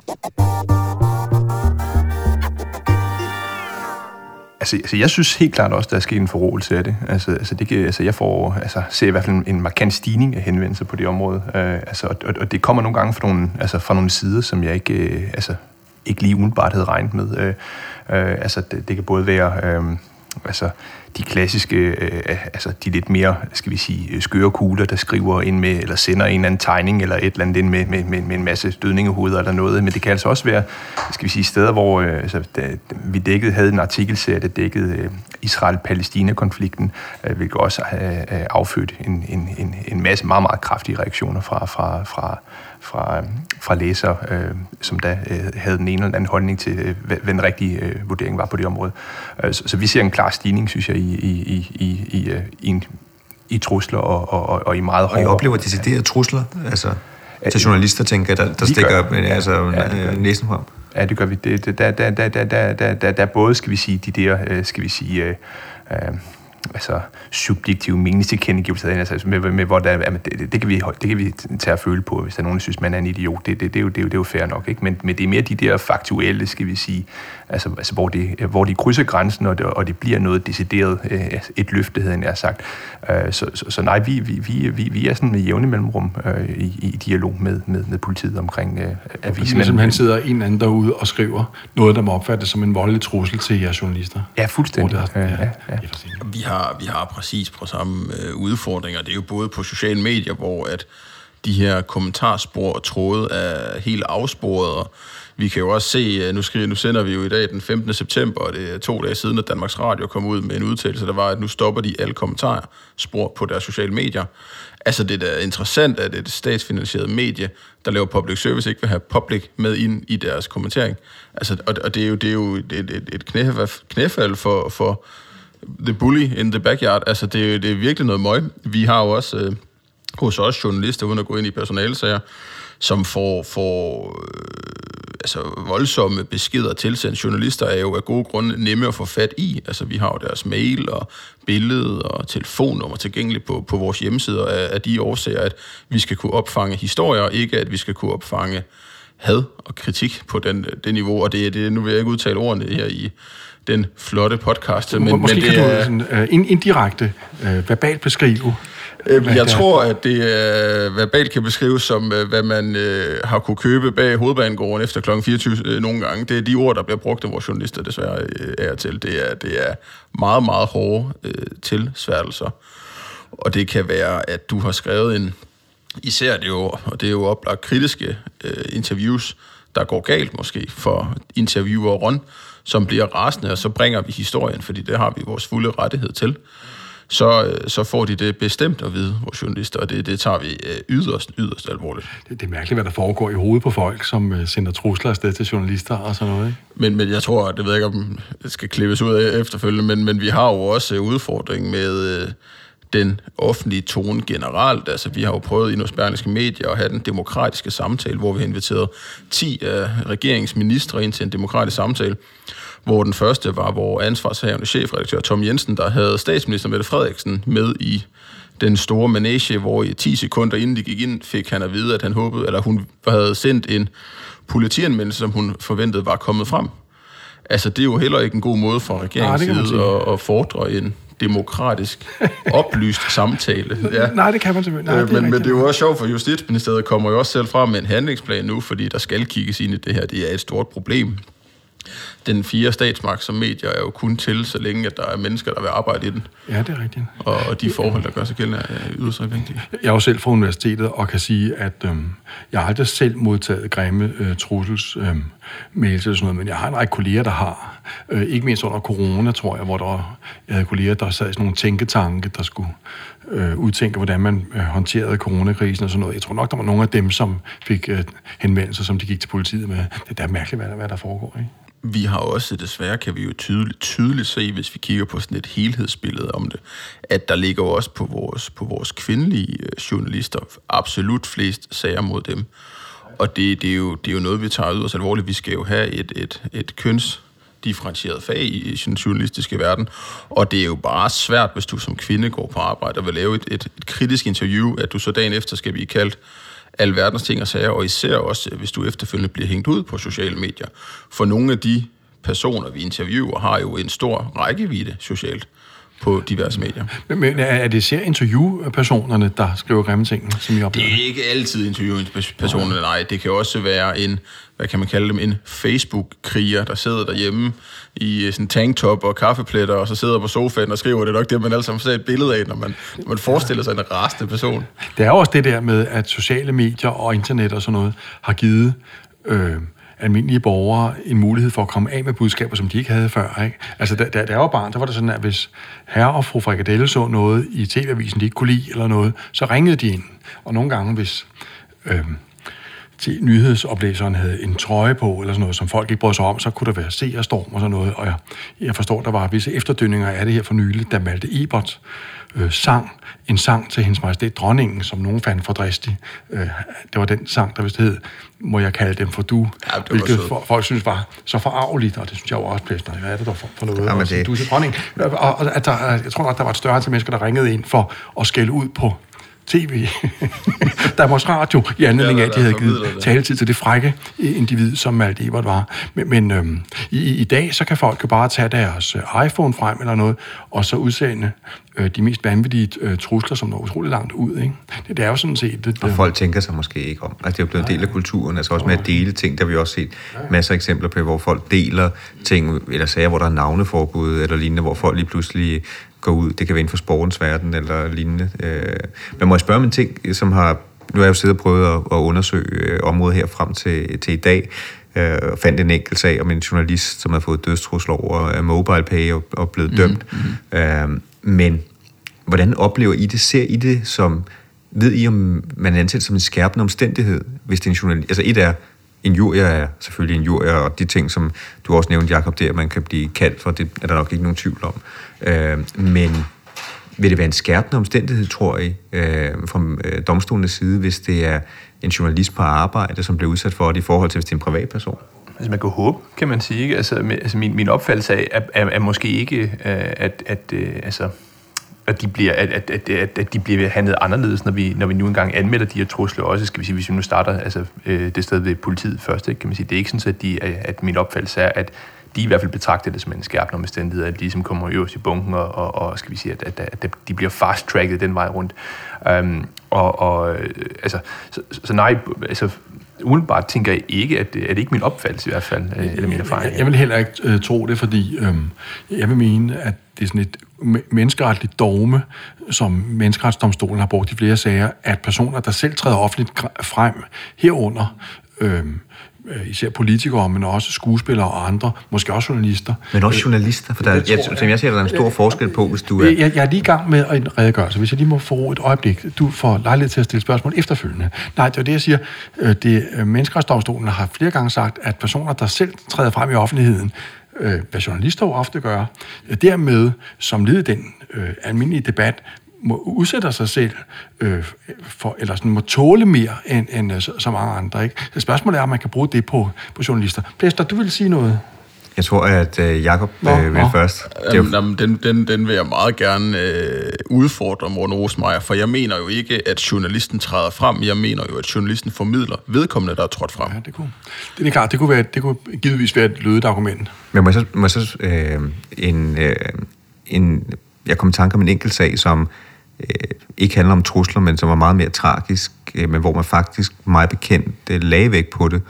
Speaker 4: Altså, altså, jeg synes helt klart også, der er sket en forrådelse af det. Altså, altså, det kan, altså jeg får, altså, ser i hvert fald en, en markant stigning af henvendelser på det område. Øh, altså, og, og det kommer nogle gange fra nogle, altså, fra nogle sider, som jeg ikke, øh, altså, ikke lige umiddelbart havde regnet med. Øh, øh, altså, det, det kan både være øh, altså, de klassiske, øh, altså de lidt mere, skal vi sige, skøre kugler, der skriver ind med, eller sender en eller anden tegning, eller et eller andet ind med, med, med, med en masse dødningehoveder eller noget. Men det kan altså også være, skal vi sige, steder, hvor øh, altså, da, vi dækkede, havde en artikelserie, der dækkede øh, Israel-Palæstina-konflikten, øh, hvilket også har øh, affødt en, en, en, en masse meget, meget kraftige reaktioner fra, fra, fra, fra, fra læsere, øh, som da øh, havde den ene eller anden holdning til, øh, hvad, hvad den rigtige øh, vurdering var på det område. Øh, så, så vi ser en klar stigning, synes jeg, i, i, i, i, i, i, i trusler og, og, og i meget hårde...
Speaker 2: Og I oplever deciderede trusler? Altså, til journalister, tænker der, der stikker op, altså, ja, næsen frem?
Speaker 4: Ja, det gør vi. Det, det, der, der, der, der, der, der, der, der både, skal vi sige, de der, skal vi sige... Øh, øh, altså subjektive meningstilkendegivelser, altså med, med hvor der, det, det, kan vi, det kan vi tage at føle på, hvis der er nogen, der synes, man er en idiot. Det, det, det, er, jo, det, er, jo, det er jo fair nok, ikke? Men, men det er mere de der faktuelle, skal vi sige, altså, altså hvor, det, hvor de krydser grænsen, og det, og det bliver noget decideret, et løfte, havde jeg sagt. Så, så, så nej, vi, vi, vi, vi er sådan med jævne mellemrum i, i dialog med, med, med politiet omkring avisen.
Speaker 1: Ligesom han sidder en eller anden derude og skriver noget, der må opfattes som en voldelig trussel til jeres journalister.
Speaker 4: Ja, fuldstændig.
Speaker 1: Ja, ja, ja.
Speaker 3: Vi har, vi har præcis på samme øh, udfordringer. Det er jo både på sociale medier, hvor at de her kommentarspor og tråde er helt afsporet, og vi kan jo også se, nu, skriver, nu sender vi jo i dag den femtende september, og det er to dage siden, at Danmarks Radio kom ud med en udtalelse, der var, at nu stopper de alle kommentarspor på deres sociale medier. Altså det er da interessant, at et statsfinansieret medie, der laver public service, ikke vil have public med ind i deres kommentering. Altså, og, og det er jo, det er jo et, et, et knæfald for, for the bully in the backyard. Altså det, det er virkelig noget møg. Vi har jo også øh, hos os journalister, uden at gå ind i personalesager, som får, får øh, altså voldsomme beskeder tilsendt. Journalister er jo af gode grunde nemme at få fat i. Altså vi har jo deres mail og billede og telefonnummer tilgængeligt på, på vores hjemmesider af, af de årsager, at vi skal kunne opfange historier, ikke at vi skal kunne opfange had og kritik på den, det niveau. Og det, det, nu vil jeg ikke udtale ordene her i den flotte podcast.
Speaker 1: Men, Måske men det kan er, du sådan, uh, indirekte, uh, verbalt beskrive.
Speaker 3: Øh, jeg tror, at det uh, verbalt kan beskrives som, uh, hvad man uh, har kunne købe bag hovedbanegården efter klokken fireogtyve uh, nogle gange. Det er de ord, der bliver brugt af vores journalister desværre uh, er til. Det er, det er meget, meget hårde uh, tilsværtelser. Og det kan være, at du har skrevet en, især det jo, og det er jo oplagt kritiske uh, interviews, der går galt måske for intervieweren, som bliver rasende, og så bringer vi historien, fordi det har vi vores fulde rettighed til, så, så får de det bestemt at vide, vores journalister, og det, det tager vi yderst, yderst alvorligt.
Speaker 1: Det, det er mærkeligt, hvad der foregår i hovedet på folk, som sender trusler afsted til journalister og sådan noget, ikke?
Speaker 3: Men, men jeg tror, det ved jeg ikke, om det skal klippes ud af efterfølgende, men, men vi har jo også udfordring med den offentlige tone generelt. Altså, vi har jo prøvet i nogle Berlingske Medier at have den demokratiske samtale, hvor vi har inviteret ti af regeringsministre ind til en demokratisk samtale, hvor den første var vores ansvarshavende chefredaktør Tom Jensen, der havde statsminister Mette Frederiksen med i den store manege, hvor i ti sekunder inden de gik ind, fik han at vide, at han håbede, eller hun havde sendt en politianmeldelse, som hun forventede var kommet frem. Altså, det er jo heller ikke en god måde fra regeringens side at, at fordre en demokratisk oplyst samtale. Ja.
Speaker 1: Nej, det kan man simpelthen. Nej,
Speaker 3: det men, men det er jo også sjovt, for Justitsministeriet kommer jo også selv frem med en handlingsplan nu, fordi der skal kigges ind i det her. Det er et stort problem. Den fire statsmagt som medier er jo kun til, så længe at der er mennesker, der vil arbejde i den.
Speaker 1: Ja, det er rigtigt.
Speaker 3: Og, og de forhold, der gør sig gældende, er yderst vigtige.
Speaker 1: Jeg er jo selv fra universitetet og kan sige, at øhm, jeg har aldrig selv modtaget grimme øh, trussels øhm, mails eller sådan noget, men jeg har en række kolleger, der har. Øh, ikke mindst under corona, tror jeg, hvor der, jeg havde kolleger, der sad i sådan nogle tænketanke, der skulle øh, udtænke, hvordan man øh, håndterede coronakrisen og sådan noget. Jeg tror nok, der var nogle af dem, som fik øh, henvendelser, som de gik til politiet med. Det er mærkeligt, hvad der, hvad der foregår, ikke?
Speaker 3: Vi har også, desværre kan vi jo tydeligt, tydeligt se, hvis vi kigger på sådan et helhedsbillede om det, at der ligger også på vores, på vores kvindelige journalister absolut flest sager mod dem. Og det, det, er, jo, det er jo noget, vi tager yderst alvorligt. Vi skal jo have et, et, et kønsdifferentieret fag i den journalistiske verden, og det er jo bare svært, hvis du som kvinde går på arbejde og vil lave et, et, et kritisk interview, at du så dagen efter skal blive kaldt alverdens ting og sager, og især også, hvis du efterfølgende bliver hængt ud på sociale medier. For nogle af de personer, vi interviewer, har jo en stor rækkevidde socialt på diverse medier.
Speaker 1: Men er det især interviewpersonerne, der skriver grimme ting, som I oplever?
Speaker 3: Det er ikke altid interviewpersonerne, nej. Det kan også være en, hvad kan man kalde dem, en Facebook-kriger, der sidder derhjemme i sådan tanktop og kaffepletter, og så sidder på sofaen og skriver. Det er nok det, man alle sammen ser et billede af, når man, når man forestiller sig en rasende person.
Speaker 1: Det er også det der med, at sociale medier og internet og sådan noget har givet øh, almindelige borgere en mulighed for at komme af med budskaber, som de ikke havde før. Ikke? Altså, da, da, da jeg var barn, der var det sådan, at hvis herre og fru Frikadelle så noget i T V-avisen, de ikke kunne lide eller noget, så ringede de ind. Og nogle gange, hvis øh, til nyhedsoplæseren havde en trøje på, eller sådan noget, som folk ikke brød sig om, så kunne der være seerstorm og sådan noget. Og jeg, jeg forstår, der var visse efterdønninger af det her for nylig, da Malte Ebert øh, sang en sang til hendes majestæt dronningen, som nogen fandt for dristig. Øh, det var den sang, der vist hed, må jeg kalde dem for du, ja, hvilket for, folk synes var så forarveligt, og det synes jeg jo også plæster. Hvad er det der for, for noget?
Speaker 2: Ja, det...
Speaker 1: Du til dronning. Og, og at der, jeg tror nok, der var et større antal mennesker, der ringede ind for at skælde ud på tv, Danmarks Radio, i anledning af, at de havde givet taletid til det frække individ, som Malte Ebert var. Men, men øhm, i, i dag, så kan folk jo bare tage deres øh, iPhone frem eller noget, og så udsende øh, de mest vanvittige øh, trusler, som når utroligt langt ud. Ikke? Det, det er jo sådan set... Det,
Speaker 2: og folk tænker sig måske ikke om. Altså, det er jo blevet en del af kulturen, altså også med at dele ting, der har vi også set masser af eksempler på, hvor folk deler ting, eller sager, hvor der er navneforbud, eller lignende, hvor folk lige pludselig går ud. Det kan være inden for sportens verden, eller lignende. Men må jeg spørge om en ting, som har... Nu har jeg jo siddet og prøvet at, at undersøge området her frem til, til i dag, og fandt en enkelt sag om en journalist, som har fået dødstrusler over MobilePay og, og blevet dømt. Mm-hmm. Men hvordan oplever I det? Ser I det som... Ved I, om man ansætter som en skærpende omstændighed, hvis det er en journalist? Altså et er... Injurier er selvfølgelig injurier, og de ting, som du også nævnte, Jacob, der man kan blive kaldt for, det er der nok ikke nogen tvivl om. Øh, men vil det være en skærpende omstændighed, tror I, øh, fra øh, domstolenes side, hvis det er en journalist på arbejde, som bliver udsat for det i forhold til, hvis det er en privatperson?
Speaker 4: Altså man kan håbe, kan man sige. Ikke? Altså, med, altså min, min opfattelse af, er, er, er måske ikke, øh, at... at øh, altså at de bliver at, at, at, at, at de bliver handlet anderledes, når vi når vi nu engang anmelder de her trusler også, skal vi sige, hvis vi nu starter altså øh, det sted ved politiet først, ikke, kan man sige, det er ikke sådan at de at min opfattelse er, at de i hvert fald betragter det som en skærpende omstændighed, at de ligesom kommer øverst i bunken og, og, og skal vi sige at, at, at de bliver fast tracket den vej rundt. Um, og, og altså så, så nej, altså umiddelbart tænker jeg ikke, at det er det ikke min opfattelse i hvert fald, eller min erfaring.
Speaker 1: Jeg, jeg vil heller ikke uh, tro det, fordi øhm, jeg vil mene, at det er sådan et menneskeretligt dogme, som Menneskeretsdomstolen har brugt i flere sager, at personer, der selv træder offentligt frem herunder, øhm, især politikere, men også skuespillere og andre, måske også journalister.
Speaker 2: Men også journalister, for der, jeg, jeg, som jeg ser, der er en stor forskel på, hvis du er...
Speaker 1: Jeg, jeg er lige i gang med en redegørelse, hvis jeg lige må få et øjeblik. Du får lejlighed til at stille spørgsmål efterfølgende. Nej, det er det, jeg siger. Det, Menneskeretsdomstolen har flere gange sagt, at personer, der selv træder frem i offentligheden, hvad journalister jo ofte gør, dermed, som led i den øh, almindelige debat, må udsætte sig selv øh, for, eller sådan må tåle mere end, end så, så mange andre. Ikke? Så spørgsmålet er, om man kan bruge det på, på journalister. Plæster, du vil sige noget?
Speaker 2: Jeg tror, at øh, Jacob øh, vil nå. først.
Speaker 3: Jamen, jamen, den, den, den vil jeg meget gerne øh, udfordre Morten Rosenmeier, for jeg mener jo ikke, at journalisten træder frem. Jeg mener jo, at journalisten formidler vedkommende, der er trådt frem.
Speaker 1: Ja, det kunne. Det er klart, det kunne, være, det kunne givetvis være et lødigt argument.
Speaker 2: Men må jeg så, må jeg så øh, en, øh, en... Jeg kom i tanke om en enkelt sag, som øh, ikke handler om trusler, men som var meget mere tragisk, øh, men hvor man faktisk meget bekendt øh, lagde væk på det.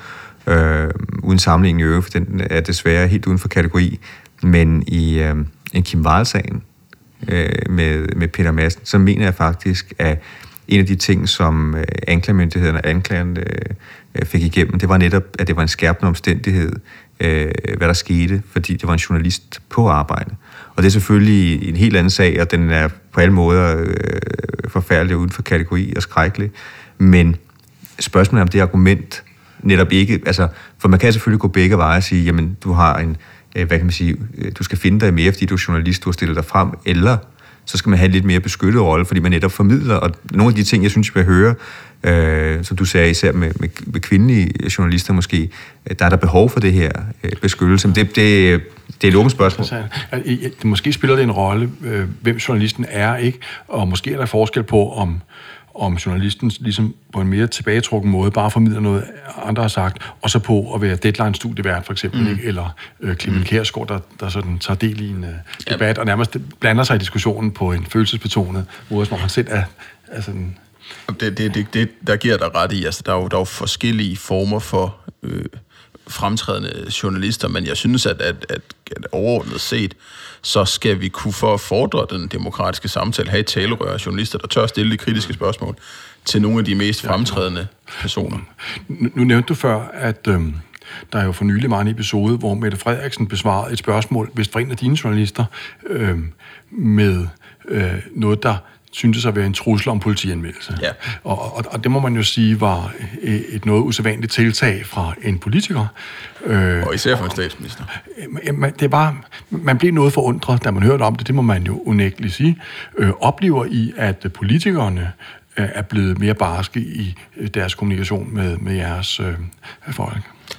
Speaker 2: øh, uden sammenligning i øvrigt, for den er desværre helt uden for kategori, men i øh, en Kim Wall-sagen øh, med, med Peter Madsen, så mener jeg faktisk, at en af de ting, som øh, anklagemyndigheden og anklageren øh, fik igennem, det var netop, at det var en skærpende omstændighed, øh, hvad der skete, fordi det var en journalist på arbejde. Og det er selvfølgelig en helt anden sag, og den er på alle måder øh, forfærdelig uden for kategori og skrækkelig. Men spørgsmålet er, om det argument netop ikke... Altså, for man kan selvfølgelig gå begge veje og sige, jamen, du har en... Øh, hvad kan man sige? Du skal finde dig mere, fordi du er journalist, du har stillet dig frem, eller så skal man have en lidt mere beskyttet rolle, fordi man netop formidler. Og nogle af de ting, jeg synes, jeg vil høre, øh, som du sagde, især med, med, med kvindelige journalister måske, der er der behov for det her øh, beskyttelse. Men det, det, det er et åbent spørgsmål.
Speaker 1: Måske spiller det en rolle, øh, hvem journalisten er, ikke? Og måske er der forskel på, om, om journalisten ligesom på en mere tilbagetrukken måde bare formidler noget, andre har sagt, og så på at være deadline-studievært for eksempel, mm. ikke? Eller øh, Clement Kjærsgaard, der, der sådan tager del i en øh, debat, ja. Og nærmest blander sig i diskussionen på en følelsesbetonet måde, som han selv er, er sådan...
Speaker 3: Det, det, det, det, der giver dig ret i, altså der er jo, der er jo forskellige former for øh, fremtrædende journalister, men jeg synes, at, at, at, at overordnet set, så skal vi kunne for at fordre den demokratiske samtale, have et talerør af journalister, der tør stille de kritiske spørgsmål til nogle af de mest fremtrædende personer.
Speaker 1: Nu, nu nævnte du før, at øhm, der er jo for nylig meget en episode, hvor Mette Frederiksen besvarede et spørgsmål, hvis fra en af dine journalister, øhm, med øh, noget, der syntes at være en trussel om politianmeldelse. Ja. Og, og, og det må man jo sige var et noget usædvanligt tiltag fra en politiker.
Speaker 3: Øh, og især fra en statsminister.
Speaker 1: Man, det var, man blev noget forundret, da man hørte om det, det må man jo unægteligt sige. Øh, oplever I, at politikerne øh, er blevet mere barske i deres kommunikation med, med jeres øh, folk?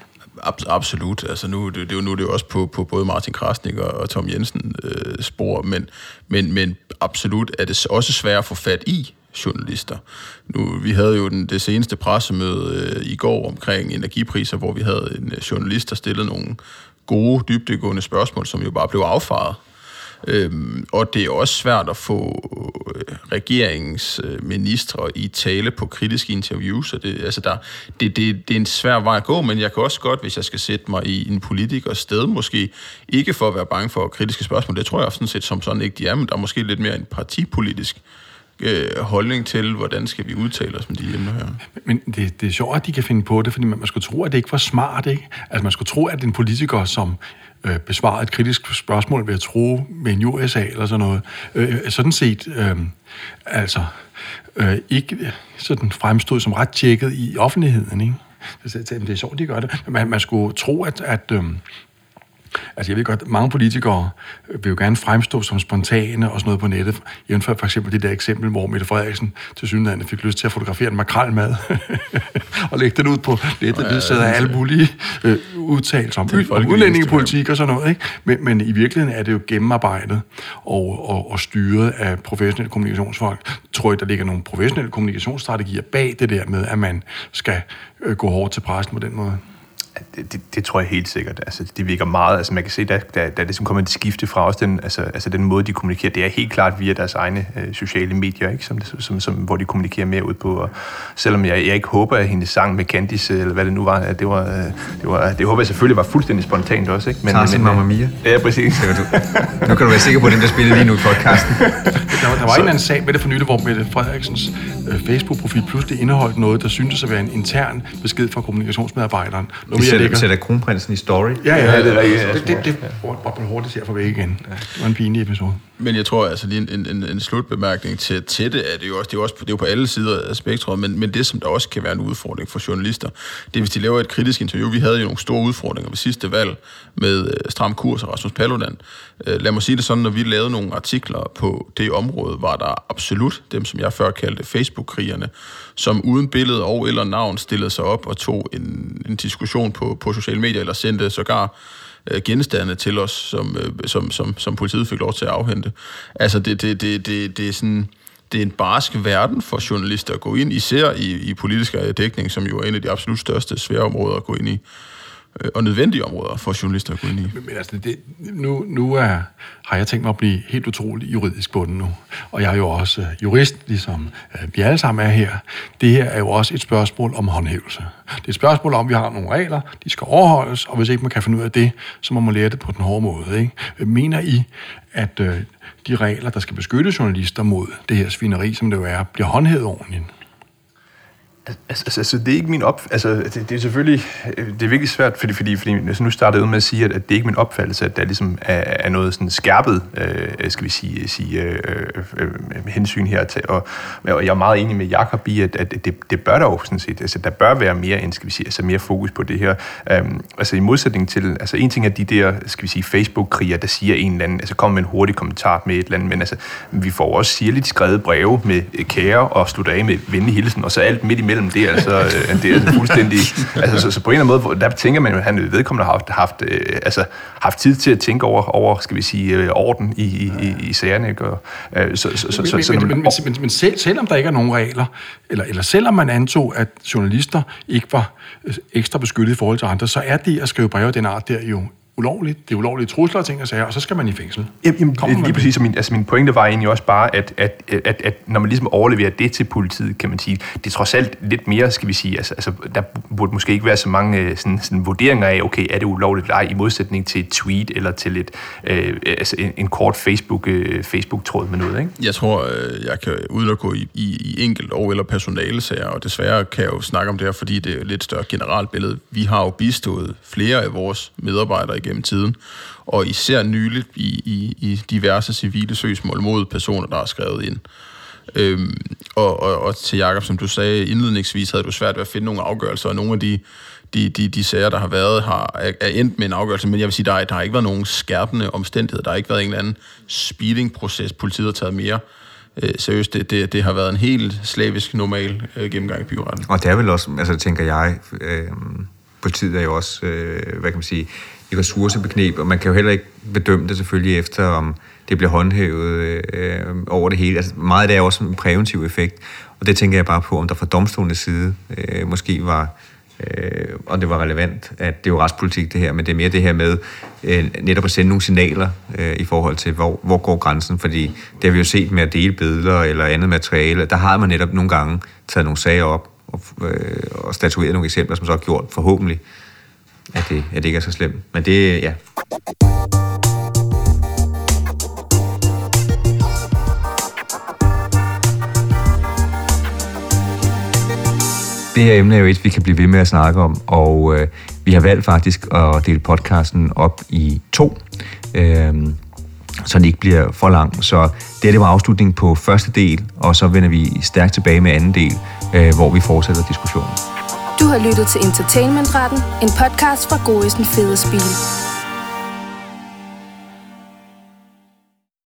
Speaker 3: Absolut. Altså nu, det, det er jo nu det er også på, på både Martin Krasnik og, og Tom Jensen øh, spor, men, men, men absolut er det også svært at få fat i journalister. Nu, vi havde jo den, det seneste pressemøde øh, i går omkring energipriser, hvor vi havde en journalist, der stillede nogle gode, dybdegående spørgsmål, som jo bare blev affaret. Øhm, og det er også svært at få regeringens ministre i tale på kritiske interviews. Det, altså der, det, det, det er en svær vej at gå, men jeg kan også godt, hvis jeg skal sætte mig i en politikers sted, måske ikke for at være bange for kritiske spørgsmål, det tror jeg sådan set som sådan ikke de er, men der er måske lidt mere en partipolitisk øh, holdning til, hvordan skal vi udtale os med de emner her.
Speaker 1: Men det, det er sjovt, at de kan finde på det, fordi man, man skulle tro, at det ikke var smart, ikke? Altså man skulle tro, at en politiker, som øh, besvarede et kritisk spørgsmål ved at tro med en U S A eller sådan noget, øh, sådan set øh, altså øh, ikke sådan fremstod som ret tjekket i offentligheden, ikke? Det, det, det er sjovt, de gør det. Man, man skulle tro, at, at øh, altså jeg ved godt, mange politikere vil jo gerne fremstå som spontane og sådan noget på nettet. Jævnfør for eksempel det der eksempel, hvor Mette Frederiksen til synligheden fik lyst til at fotografere en makrelmad og lægge den ud på nettet. Det sidder alle mulige øh, udtalelser om, om udlændingepolitik og sådan noget, ikke? Men, men i virkeligheden er det jo gennemarbejdet og, og, og styret af professionelle kommunikationsfolk. Tror jeg, der ligger nogle professionelle kommunikationsstrategier bag det der med, at man skal øh, gå hårdt til pressen på den måde?
Speaker 4: Det, det, det tror jeg helt sikkert. Altså, det virker meget. Altså, man kan se, at der, der, der kommer et skifte fra også den, altså, altså den måde, de kommunikerer. Det er helt klart via deres egne øh, sociale medier, ikke? Som, som, som, hvor de kommunikerer mere ud på. Og selvom jeg, jeg ikke håber, at hendes sang med Candice, eller hvad det nu var, at det var, det var, det håber jeg selvfølgelig var fuldstændig spontant også, ikke?
Speaker 2: Men, men Mamma Mia.
Speaker 4: Ja, præcis.
Speaker 2: Nu kan du være sikker på, at den der spiller lige nu i podcasten.
Speaker 1: Der, der var så en eller anden sag med det for nylig, hvor Mette Frederiksens øh, Facebook-profil pludselig indeholdt noget, der syntes at være en intern besked fra kommunikationsmedarbejderen. Nu
Speaker 2: vi sætter, sætter kronprinsen i story.
Speaker 1: Ja, ja, ja, det er rigtigt. Det, det, det var på hurtigt her for væk igen. Det var en pinlig episode.
Speaker 3: Men jeg tror, altså lige en, en, en slutbemærkning til, til det, er det jo også, det er jo også det er jo på alle sider af spektret, men, men det, som der også kan være en udfordring for journalister, det er, hvis de laver et kritisk interview. Vi havde jo nogle store udfordringer ved sidste valg med uh, Stram Kurs og Rasmus Paludan. Uh, lad mig sige det sådan, når vi lavede nogle artikler på det område, var der absolut dem, som jeg før kaldte Facebook-krigerne, som uden billede og eller navn stillede sig op og tog en, en diskussion på, på sociale medier, eller sendte sågar genstande til os, som, som, som, som politiet fik lov til at afhente. Altså, det, det, det, det, det er sådan... Det er en barsk verden for journalister at gå ind, især i, i politisk dækning, som jo er en af de absolut største svære områder at gå ind i. øh, og nødvendige områder for journalister at gå ind i.
Speaker 1: Men, men altså, det, nu, nu er, har jeg tænkt mig at blive helt utrolig juridisk bunden nu. Og jeg er jo også øh, jurist, ligesom øh, vi alle sammen er her. Det her er jo også et spørgsmål om håndhævelse. Det er et spørgsmål om, at vi har nogle regler, de skal overholdes, og hvis ikke man kan finde ud af det, så må man lære det på den hårde måde. Ikke? Mener I, at øh, de regler, der skal beskytte journalister mod det her svineri, som det jo er, bliver håndhævet ordentligt?
Speaker 4: Altså, altså, det er ikke min op... Altså, det, det er selvfølgelig... Det er virkelig svært, fordi, fordi, fordi altså, nu startede jeg ud med at sige, at, at det er ikke min opfattelse, at der ligesom er, er noget sådan skærpet, øh, skal vi sige, sige øh, øh, hensyn her til. Og, og jeg er meget enig med Jakob i, at, at det, det bør der jo sådan set. Altså, der bør være mere, end, skal vi sige, altså mere fokus på det her. Um, altså, i modsætning til... Altså, en ting er de der, skal vi sige, Facebook-kriger, der siger en eller anden... Altså, kommer med en hurtig kommentar med et eller andet, men altså, vi får også sirligt skrevet breve med kære og slutter af med venlig hilsen, og så alt midt imellem det, altså, det er altså fuldstændig... Altså, så, så på en eller anden måde, der tænker man jo, at han vedkommende har haft, haft, øh, altså, haft tid til at tænke over, over skal vi sige, øh, orden i, i, i, i sagerne, ikke? Og, øh, så, så, så, så,
Speaker 1: men, men, men, men, men selv, selvom der ikke er nogen regler, eller, eller selvom man antog, at journalister ikke var ekstra beskyttet i forhold til andre, så er det at skrive breve af den art der jo ulovligt. Det er ulovlige trusler og ting og sager, og så skal man i fængsel.
Speaker 4: Jamen, lige præcis. Min, altså min pointe var egentlig også bare, at, at, at, at når man ligesom overleverer det til politiet, kan man sige, det er trods alt lidt mere, skal vi sige, altså, altså der burde måske ikke være så mange sådan, sådan vurderinger af, okay, er det ulovligt eller ej, i modsætning til et tweet eller til et, øh, altså en, en kort Facebook, øh, Facebook-tråd med noget, ikke?
Speaker 3: Jeg tror, jeg kan uden at gå i, i, i enkelt og eller personalesager, og desværre kan jeg jo snakke om det her, fordi det er et lidt større generelt billede. Vi har jo bistået flere af vores medarbejdere gennem tiden, og især nyligt i, i, i diverse civile søgsmål mod personer, der har skrevet ind. Øhm, og, og, og til Jakob, som du sagde indledningsvis, havde du svært ved at finde nogle afgørelser, og nogle af de, de, de, de sager, der har været, har, er, er endt med en afgørelse, men jeg vil sige, der, er, der har ikke været nogen skærpende omstændigheder, der har ikke været en eller anden speeding-proces, politiet har taget mere øh, seriøst. Det, det, det har været en helt slavisk, normal øh, gennemgang i byretten.
Speaker 2: Og det er vel også, altså tænker jeg, øh, politiet er jo også, øh, hvad kan man sige, i ressourcebekneb, og man kan jo heller ikke bedømme det selvfølgelig efter, om det bliver håndhævet øh, over det hele. Altså meget af det er også en præventiv effekt, og det tænker jeg bare på, om der fra domstolenes side øh, måske var, øh, og det var relevant, at det er jo retspolitik det her, men det er mere det her med øh, netop at sende nogle signaler øh, i forhold til, hvor, hvor går grænsen, fordi det har vi jo set med at dele billeder eller andet materiale, der har man netop nogle gange taget nogle sager op og, øh, og statueret nogle eksempler, som så har gjort forhåbentlig, at det, at det ikke er så slemt. Men det, ja. Det her emne er jo et, vi kan blive ved med at snakke om, og øh, vi har valgt faktisk at dele podcasten op i to, øh, så den ikke bliver for lang. Så det, det var afslutningen på første del, og så vender vi stærkt tilbage med anden del, øh, hvor vi fortsætter diskussionen.
Speaker 6: Du har lyttet til Entertainmentretten, en podcast fra Godesen Fede Spil.